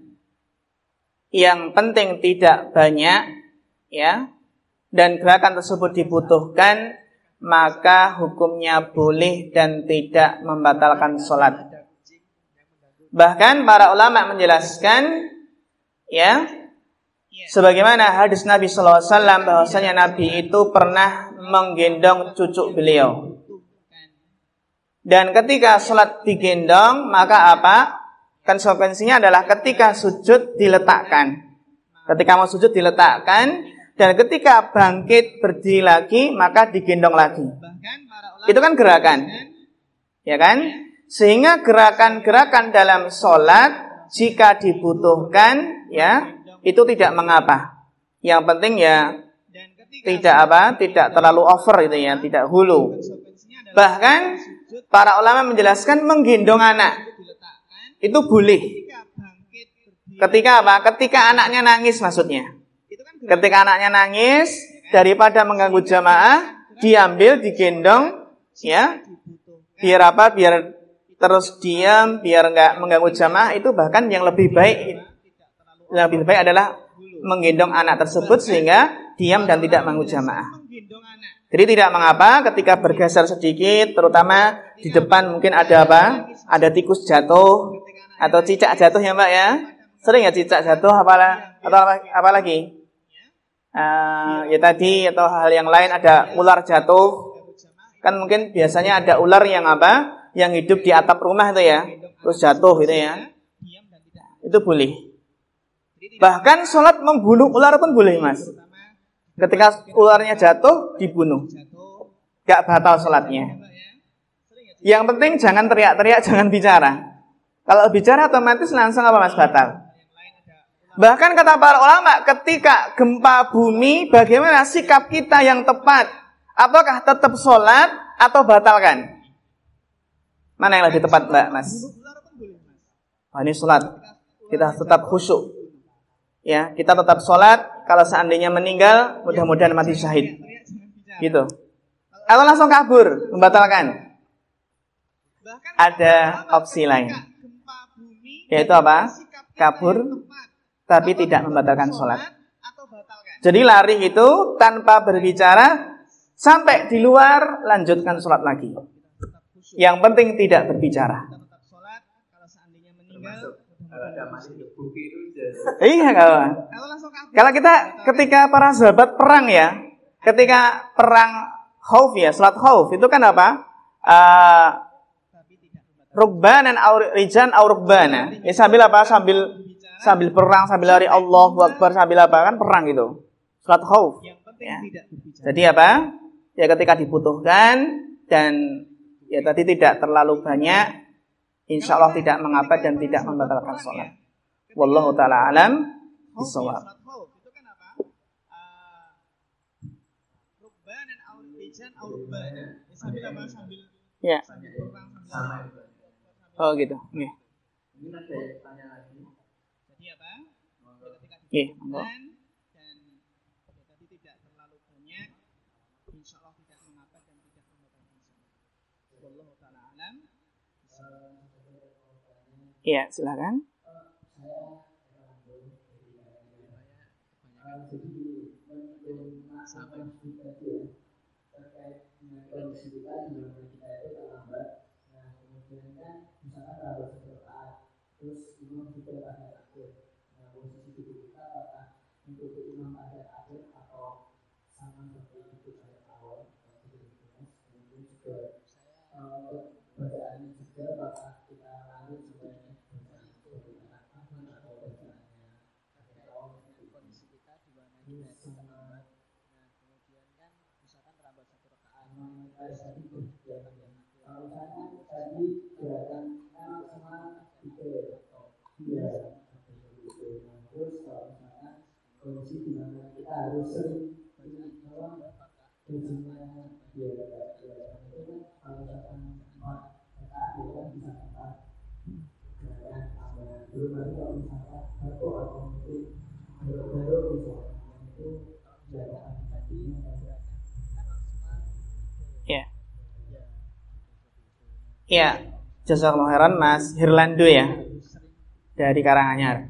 yang penting tidak banyak, ya, dan gerakan tersebut dibutuhkan, maka hukumnya boleh dan tidak membatalkan sholat. Bahkan para ulama menjelaskan, ya, sebagaimana hadis Nabi SAW bahwasanya Nabi itu pernah menggendong cucu beliau. Dan ketika sholat digendong, maka apa? Konsekuensinya adalah ketika sujud diletakkan. Ketika mau sujud diletakkan, dan ketika bangkit berdiri lagi, maka digendong lagi. Itu kan gerakan, ya kan? Sehingga gerakan-gerakan dalam sholat jika dibutuhkan, ya, itu tidak mengapa. Yang penting ya tidak terlalu over itu ya, tidak hulu. Bahkan para ulama menjelaskan menggendong anak itu boleh. Ketika apa? Ketika anaknya nangis maksudnya. Ketika anaknya nangis, daripada mengganggu jamaah, diambil, digendong, ya. Biar apa? Biar terus diam, biar nggak mengganggu jamaah, itu bahkan yang lebih baik adalah menggendong anak tersebut sehingga diam dan tidak mengganggu jamaah. Jadi tidak mengapa ketika bergeser sedikit, terutama di depan mungkin ada apa? Ada tikus jatuh atau cicak jatuh ya Mbak ya. Sering ya cicak jatuh apa lagi? Ya tadi atau hal yang lain, ada ular jatuh. Kan mungkin biasanya ada ular yang apa? Yang hidup di atap rumah itu ya, terus jatuh gitu ya. Itu boleh. Bahkan sholat membunuh ular pun boleh Mas. Ketika ularnya jatuh, dibunuh. Gak batal sholatnya. Yang penting jangan teriak-teriak, jangan bicara. Kalau bicara otomatis langsung apa Mas? Batal. Bahkan kata para ulama, ketika gempa bumi, bagaimana sikap kita yang tepat? Apakah tetap sholat atau batalkan? Mana yang lebih tepat Mbak Mas? Ini sholat. Kita tetap khusyuk. Ya, kita tetap sholat. Kalau seandainya meninggal, mudah-mudahan mati syahid. Gitu. Atau langsung kabur, membatalkan. Ada opsi lain. Yaitu apa? Kabur, tapi tidak membatalkan sholat. Jadi lari itu tanpa berbicara, sampai di luar, lanjutkan sholat lagi. Yang penting tidak berbicara. Iya nggak apa. Kalau kita ketika para sahabat perang ya, ketika perang khauf ya, salat khauf itu kan apa? Rukbanan aw rijan aw rukbana. Ya sambil apa? Sambil perang, sambil lari Allahu Akbar, sambil apa kan perang gitu. Salat khauf. Ya. Jadi apa? Ya ketika dibutuhkan dan ya tadi tidak terlalu banyak, insya Allah tidak mengapa dan tidak membatalkan sholat. Wallahu ta'ala alam bisawab. Ya. Oh gitu. Oke. Oke, monggo. Iya, silakan. Ya, jazakallahu khairan Mas Hirlando ya, dari Karanganyar.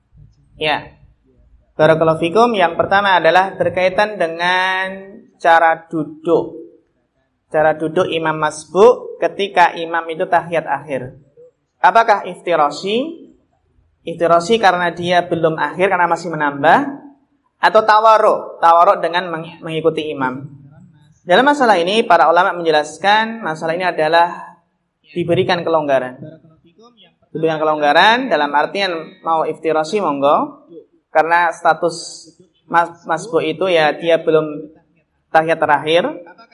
Ya, barakallahu fikum. Yang pertama adalah berkaitan dengan cara duduk. Cara duduk imam masbuk ketika imam itu tahiyat akhir. Apakah iftirasi? Iftirasi karena dia belum akhir, karena masih menambah, atau tawarruk? Tawarruk dengan mengikuti imam. Dalam masalah ini para ulama menjelaskan masalah ini adalah diberikan kelonggaran. Diberikan kelonggaran dalam artian mau iftirasi monggo, karena status masbuk itu ya dia belum tahiyat terakhir.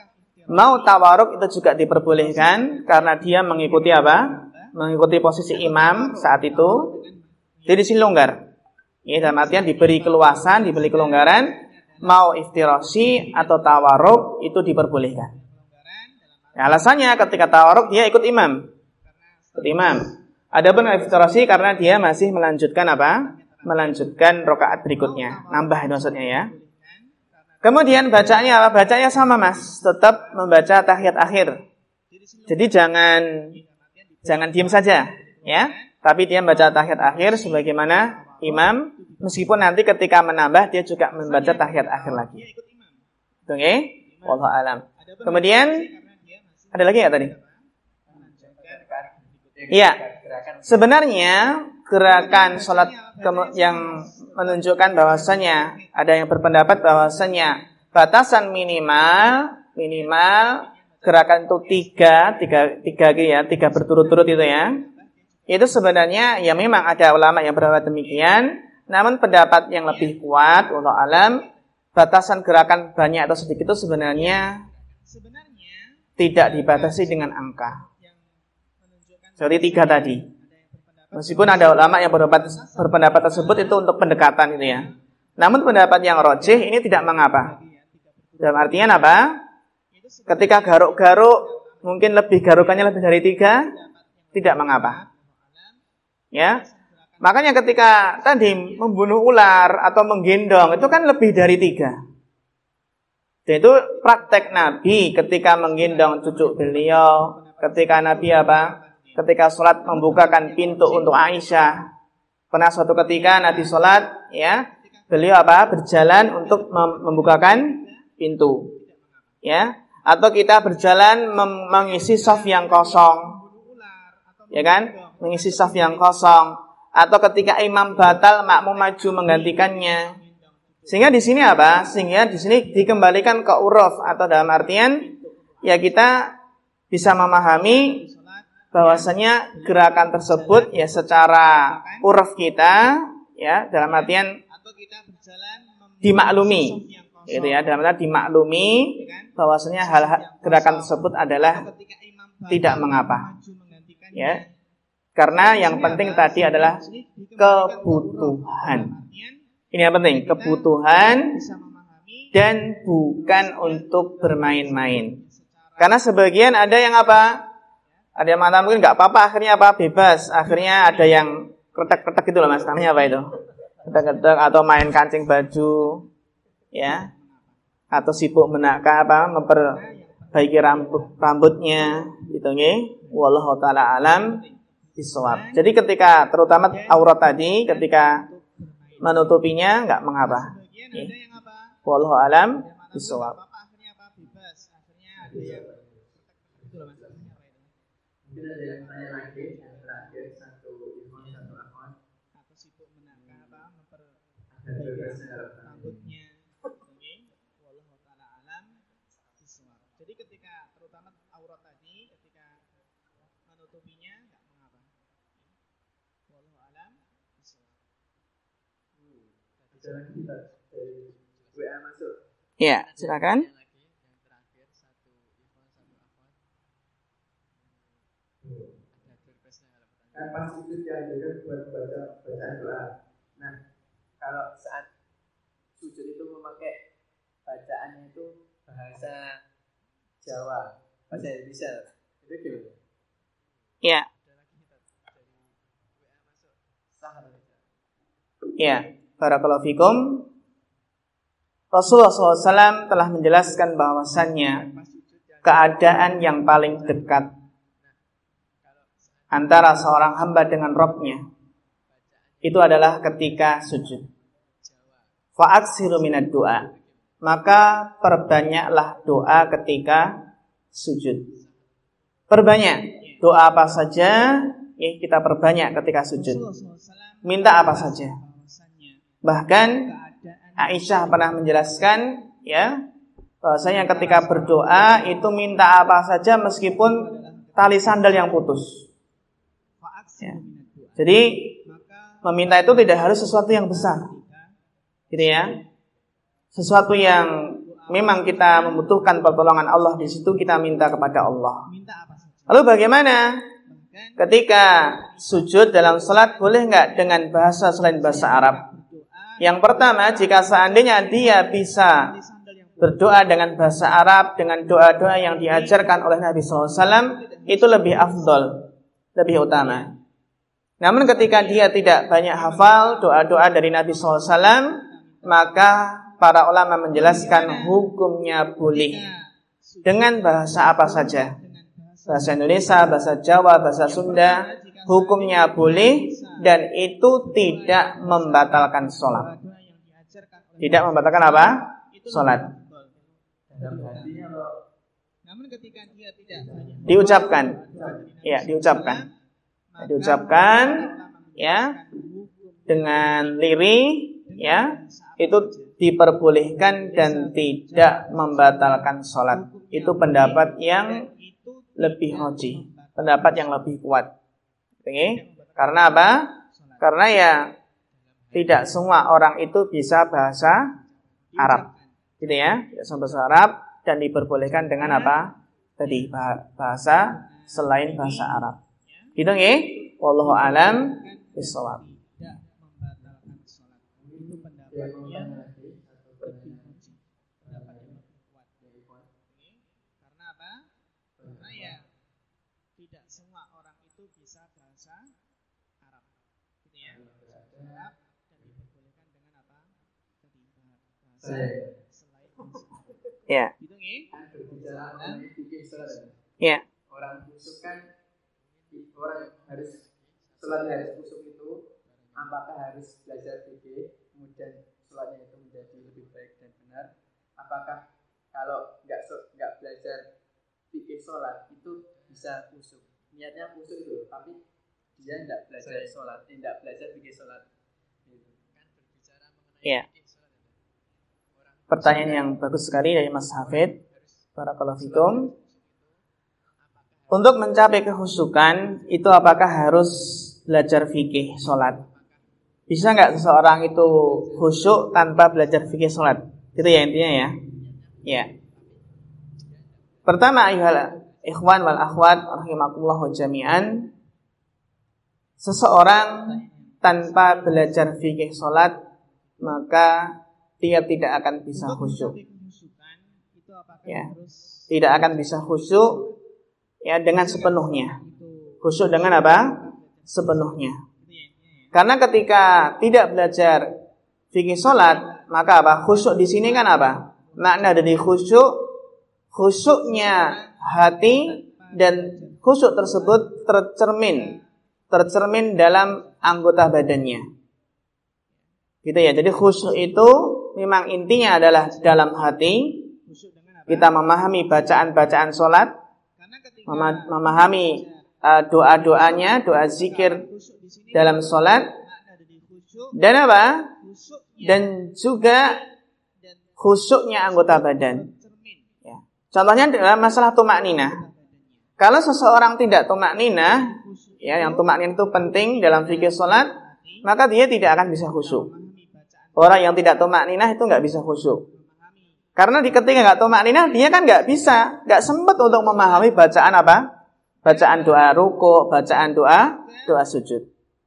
Mau tawarruk itu juga diperbolehkan karena dia mengikuti apa? Mengikuti posisi imam saat itu. Jadi di sini longgar. Ini dalam artian diberi keluasan, diberi kelonggaran. Mau iftirasi atau tawarruk itu diperbolehkan. Nah, alasannya ketika tawarruk dia ikut imam. Ikut imam. Adapun iftirasi karena dia masih melanjutkan apa? Melanjutkan rakaat berikutnya. Nambah maksudnya ya. Kemudian bacanya apa? Bacanya sama Mas. Tetap membaca tahiyat akhir. Jadi jangan diam saja, ya. Tapi dia membaca tahiyat akhir sebagaimana imam, meskipun nanti ketika menambah dia juga membaca tahiyat akhir lagi. Oke? Wallahu alam. Kemudian ada lagi nggak tadi? Iya. Sebenarnya gerakan sholat yang menunjukkan bahwasanya ada yang berpendapat bahwasanya batasan minimal gerakan itu tiga berturut-turut itu ya. Itu sebenarnya ya memang ada ulama yang berpendapat demikian, namun pendapat yang lebih kuat wallahu alam batasan gerakan banyak atau sedikit itu sebenarnya tidak dibatasi dengan angka. Seperti 3 tadi. Meskipun ada ulama yang berpendapat tersebut itu untuk pendekatan itu ya. Namun pendapat yang rajih ini tidak mengapa. Dalam artian apa? Ketika garuk-garuk mungkin garukannya lebih dari 3, tidak mengapa. Ya. Makanya ketika tadi membunuh ular atau menggendong itu kan lebih dari 3. Dan itu praktek Nabi ketika menggendong cucu beliau, ketika Nabi ketika sholat membukakan pintu untuk Aisyah. Pernah suatu ketika Nabi sholat, ya, beliau berjalan untuk membukakan pintu, ya. Atau kita berjalan mengisi shaf yang kosong, ya kan? Mengisi shaf yang kosong. Atau ketika imam batal, makmum maju menggantikannya. Sehingga di sini Sehingga di sini dikembalikan ke uruf atau dalam artian, ya kita bisa memahami bahwasanya gerakan tersebut ya secara uruf kita ya dalam artian dimaklumi gitu ya, dalam artian dimaklumi bahwasanya gerakan tersebut adalah tidak mengapa ya, karena yang penting tadi adalah kebutuhan. Ini yang penting, kebutuhan dan bukan untuk bermain-main. Karena sebagian ada yang ada yang mengatakan mungkin nggak apa-apa, akhirnya bebas. Akhirnya ada yang kretek-kretek gitu loh mas, namanya apa itu? Kretek-kretek atau main kancing baju, ya, atau sibuk memperbaiki rambutnya, gitu nih. Wallahu taala alam bisawab. Jadi ketika terutama aurat tadi, ketika menutupinya nggak mengapa. Wallahu alam bisawab. Mungkin ada yang tanya lagi, yang terakhir satu ikhwan satu akhwat atau sibuk menakar memperbaiki rambutnya. Wallahu taala alam bisawab. Jadi ketika terutama aurat tadi ketika menutupinya enggak mengapa. Wallahu alam bisawab. Ada lagi dari WA masuk. Ya, silakan. Kan pas itu dianjurkan buat bacaan doa. Nah, kalau saat sujud itu memakai bacaannya itu bahasa Jawa, bahasa Indonesia, itu gimana? Ya. Ya, barakallahu fikum. Rasulullah SAW telah menjelaskan bahwasannya keadaan yang paling dekat antara seorang hamba dengan Rabb-nya itu adalah ketika sujud. Fa'aksiru minad doa, maka perbanyaklah doa ketika sujud. Perbanyak doa apa saja, ya kita perbanyak ketika sujud. Minta apa saja. Bahkan Aisyah pernah menjelaskan, ya, bahwasanya ketika berdoa itu minta apa saja meskipun tali sandal yang putus. Ya. Jadi meminta itu tidak harus sesuatu yang besar, gitu ya. Sesuatu yang memang kita membutuhkan pertolongan Allah di situ kita minta kepada Allah. Lalu bagaimana ketika sujud dalam salat, boleh nggak dengan bahasa selain bahasa Arab? Yang pertama, jika seandainya dia bisa berdoa dengan bahasa Arab dengan doa-doa yang diajarkan oleh Nabi SAW, itu lebih afdol, lebih utama. Namun ketika dia tidak banyak hafal doa-doa dari Nabi SAW, maka para ulama menjelaskan hukumnya boleh dengan bahasa apa saja. bahasa Indonesia, bahasa Jawa, bahasa Sunda, hukumnya boleh dan itu tidak membatalkan sholat. Tidak membatalkan apa? Sholat. Namun ketika dia tidak Diucapkan. Ya, diucapkan. Diucapkan ya dengan lirih ya, itu diperbolehkan dan tidak membatalkan sholat. Itu pendapat yang lebih rajih, pendapat yang lebih kuat. Oke? Karena apa? Karena ya tidak semua orang itu bisa bahasa Arab, gitu ya, tidak semua bahasa Arab dan diperbolehkan dengan apa? Tadi bahasa selain bahasa Arab. Gitu nggih? Wallahu a'lam bishawab. tidak membatalkan sholat. Itu pendapatnya lebih rajih, pendapat yang lebih kuat. Karena apa? Karena ya tidak semua orang itu bisa bahasa Arab, gitu ya. Arab dan diperbolehkan dengan apa? Tadi bahasa selain bahasa Arab. Ya. Gitu nggih? Berbicara mengenai fikih sholat. Ya. Orang khusyuk kan, orang harus sholat harus khusyuk itu, apakah harus belajar fikih kemudian sholatnya itu menjadi lebih baik dan benar? Apakah kalau nggak belajar fikih sholat itu bisa khusyuk? Niatnya khusyuk itu, tapi dia nggak belajar sholat, nggak belajar fikih sholat. Gitu. Kan berbicara mengenai Ya. fikih sholat. Pertanyaan yang bagus sekali dari Mas Hafid. Barakallahu fikum. Untuk mencapai kehusukan itu apakah harus belajar fikih sholat? Bisa nggak seseorang itu khusyuk tanpa belajar fikih sholat? Itu ya intinya ya. Ya. Pertama, ayuhal ikhwan wal akhwat rahimakumullah jami'an, seseorang tanpa belajar fikih sholat maka dia tidak akan bisa khusyuk. Ya, tidak akan bisa khusyuk ya dengan sepenuhnya. Khusyuk dengan apa? Sepenuhnya. Karena ketika tidak belajar fikih sholat, maka apa? Khusyuk di sini kan apa? Makna dari khusyuk, khusyuknya hati dan khusyuk tersebut tercermin dalam anggota badannya. Gitu ya. Jadi khusyuk itu memang intinya adalah dalam hati. Kita memahami bacaan-bacaan sholat, memahami doa-doanya, doa zikir dalam sholat, dan apa? Dan juga khusyuknya anggota badan. Ya. Contohnya dalam masalah tumakninah. Kalau seseorang tidak tumakninah, ya, yang tumakninah itu penting dalam fikih sholat, maka dia tidak akan bisa khusyuk. Orang yang tidak tumakninah itu nggak bisa khusyuk. Karena ketika nggak tumakninah, dia kan nggak sempat untuk memahami bacaan apa? Bacaan doa ruku, bacaan doa sujud.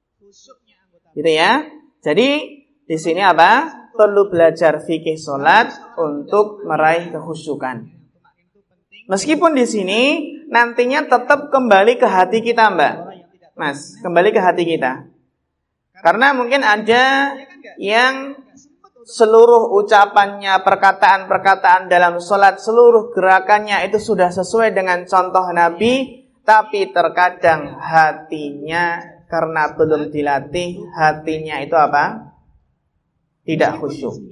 Gitu ya. Jadi di sini apa? Perlu belajar fikih sholat untuk meraih kekhusyukan. Meskipun di sini nantinya tetap kembali ke hati kita, Mbak. Mas, kembali ke hati kita. Karena mungkin ada yang seluruh ucapannya, perkataan-perkataan dalam sholat, seluruh gerakannya itu sudah sesuai dengan contoh Nabi, tapi terkadang hatinya karena belum dilatih, hatinya itu apa? Tidak khusyuk.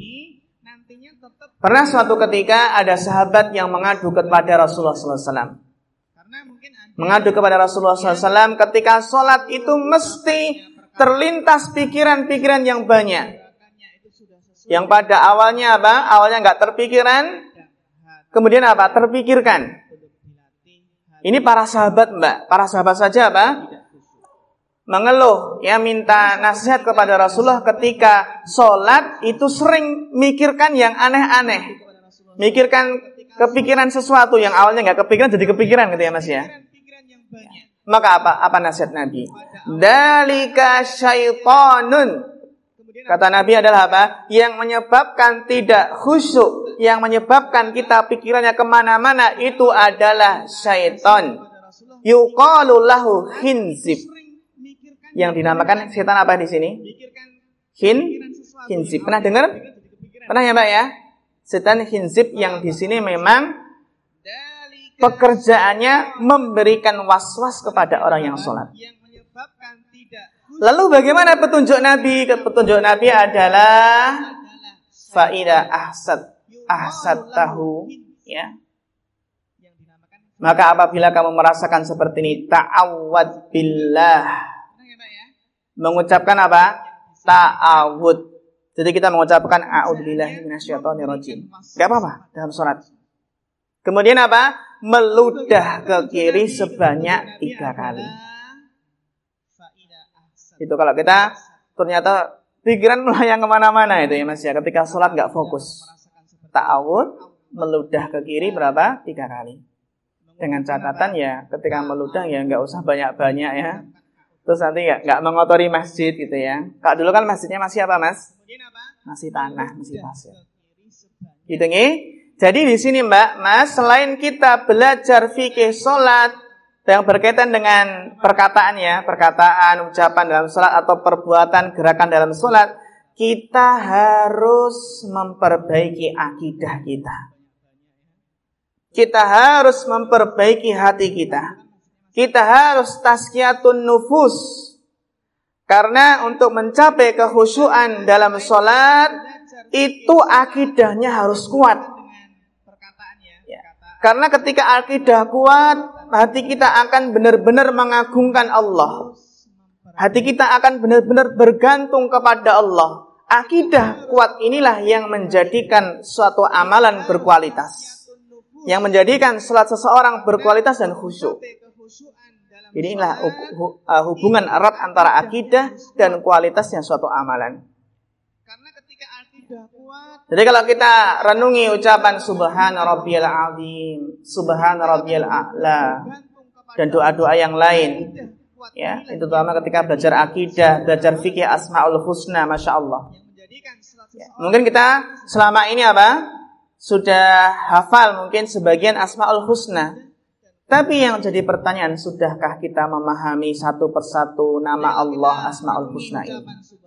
Pernah suatu ketika ada sahabat yang mengadu kepada Rasulullah SAW. Mengadu kepada Rasulullah SAW ketika sholat itu mesti terlintas pikiran-pikiran yang banyak. Yang pada awalnya apa? Awalnya nggak terpikiran, kemudian apa? Terpikirkan. Ini para sahabat, Mbak. Para sahabat saja apa? Mengeluh, ya, minta nasihat kepada Rasulullah ketika sholat itu sering mikirkan yang aneh-aneh. Mikirkan kepikiran sesuatu yang awalnya nggak kepikiran jadi kepikiran gitu ya, Mas ya. Maka apa nasihat Nabi? Dalika syaitanun. Kata Nabi adalah apa? Yang menyebabkan tidak khusyuk, yang menyebabkan kita pikirannya kemana-mana itu adalah syaitan. Yuqalu lahu khinzib. Yang dinamakan setan apa di sini? Khinzib. Pernah dengar? Pernah ya, Mbak ya? Setan khinzib yang di sini memang pekerjaannya memberikan was-was kepada orang yang sholat. Lalu bagaimana petunjuk Nabi? Petunjuk Nabi adalah fa'ida ahsad tahu, ya. Maka apabila kamu merasakan seperti ini, ta'awwad billah. Mengucapkan apa? Ta'awud. Jadi kita mengucapkan a'udzubillahi minasyaitonirrajim. Enggak apa-apa dalam salat. Kemudian apa? Meludah ke kiri sebanyak 3 kali. Itu kalau kita ternyata pikiran melayang kemana-mana itu ya Mas ya. Ketika salat enggak fokus. Ta'awud, meludah ke kiri berapa? 3 kali. Dengan catatan ya ketika meludah ya enggak usah banyak-banyak ya. Terus nanti nggak mengotori masjid gitu ya. Kalau dulu kan masjidnya masih apa Mas? Masih tanah, masih pasir. Gitu nih. Jadi di sini Mbak, Mas, selain kita belajar fikih sholat yang berkaitan dengan perkataan ya, perkataan, ucapan dalam sholat atau perbuatan, gerakan dalam sholat, kita harus memperbaiki akidah kita. Kita harus memperbaiki hati kita. Kita harus tazkiyatun nufus. Karena untuk mencapai kekhusyuan dalam sholat, itu akidahnya harus kuat. Ya. Karena ketika akidah kuat, hati kita akan benar-benar mengagungkan Allah. Hati kita akan benar-benar bergantung kepada Allah. Akidah kuat inilah yang menjadikan suatu amalan berkualitas. Yang menjadikan sholat seseorang berkualitas dan khusyuk. Jadi inilah hubungan erat antara akidah dan kualitasnya suatu amalan. Jadi kalau kita renungi ucapan Subhana Rabbiyal Azim, Subhana Rabbiyal A'la, dan doa-doa yang lain, ya, itu terutama ketika belajar akidah, belajar fikih Asmaul Husna, Masya Allah. Ya, mungkin kita selama ini apa? Sudah hafal mungkin sebagian Asmaul Husna. Tapi yang jadi pertanyaan, sudahkah kita memahami satu persatu nama Allah Asmaul Husna ini?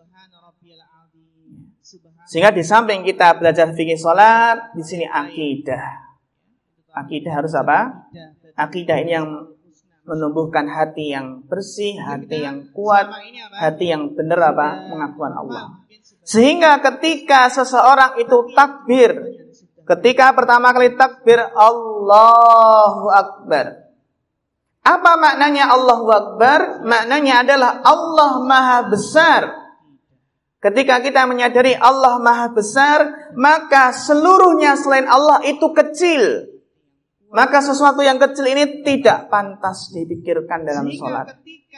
Sehingga di samping kita belajar fikih sholat, di sini akidah. Akidah harus apa? Akidah ini yang menumbuhkan hati yang bersih, hati yang kuat, hati yang benar apa? Pengakuan Allah. Sehingga ketika seseorang itu takbir, ketika pertama kali takbir Allahu Akbar. Apa maknanya Allahu Akbar? Maknanya adalah Allah Maha Besar. Ketika kita menyadari Allah Maha Besar, maka seluruhnya selain Allah itu kecil. Maka sesuatu yang kecil ini tidak pantas dipikirkan dalam sholat.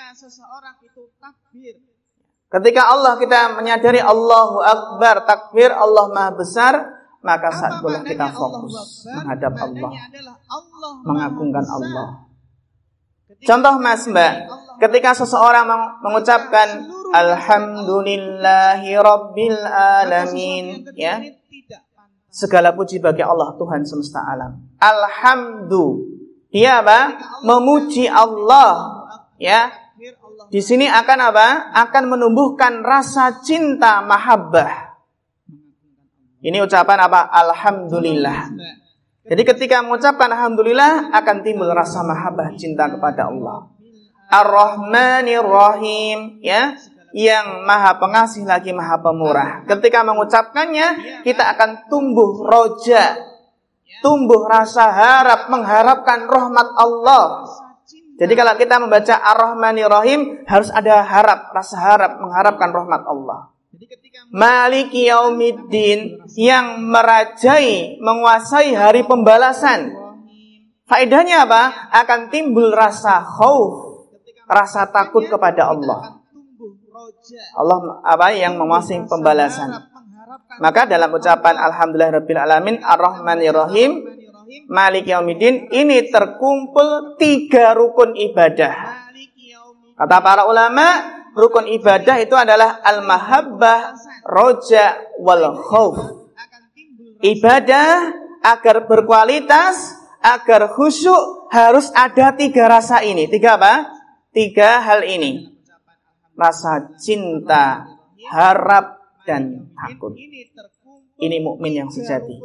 Ketika Allah kita menyadari Allahu Akbar, takbir Allah Maha Besar, maka saat itulah kita fokus menghadap Allah, mengagungkan Allah. Contoh Mas Mbak, ketika seseorang mengucapkan Alhamdulillahi Rabbil Alamin, ya, segala puji bagi Allah Tuhan semesta alam. Alhamdu, dia apa? Memuji Allah, ya. Di sini akan apa? Akan menumbuhkan rasa cinta mahabbah. Ini ucapan apa? Alhamdulillah. Jadi ketika mengucapkan Alhamdulillah akan timbul rasa mahabbah cinta kepada Allah. Ar-Rahmanir Rahim, ya, yang maha pengasih lagi maha pemurah. Ketika mengucapkannya kita akan tumbuh roja, tumbuh rasa harap, mengharapkan rahmat Allah. Jadi kalau kita membaca Ar-Rahmanir Rahim harus ada harap, rasa harap, mengharapkan rahmat Allah. Maliki Yaumiddin, yang merajai, menguasai hari pembalasan. Faedahnya apa? Akan timbul rasa khauf, rasa takut kepada Allah. Allah apa? Yang menguasai pembalasan. Maka dalam ucapan Alhamdulillahirabbil alamin Ar-Rahmanir Rahim, Maliki Yaumiddin, ini terkumpul 3 rukun ibadah. Kata para ulama, rukun ibadah itu adalah al-mahabbah, roja, wal khauf. Ibadah agar berkualitas, agar khusyuk, harus ada 3 rasa ini. 3 apa? 3 hal ini. Rasa cinta, harap, dan takut. Ini mukmin yang sejati.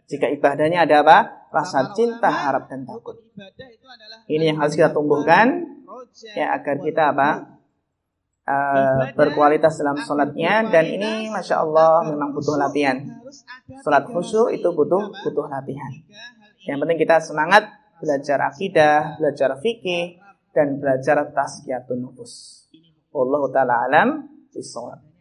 Jika ibadahnya ada apa? Rasa cinta, harap dan takut. Ini yang harus kita tumbuhkan ya agar kita apa? Berkualitas dalam sholatnya. Dan ini Masya Allah memang butuh latihan. Sholat khusyuk itu butuh latihan. Yang penting kita semangat belajar akidah, belajar fikih, dan belajar tazkiyatun nufus. Wallahu ta'ala alam bisawab.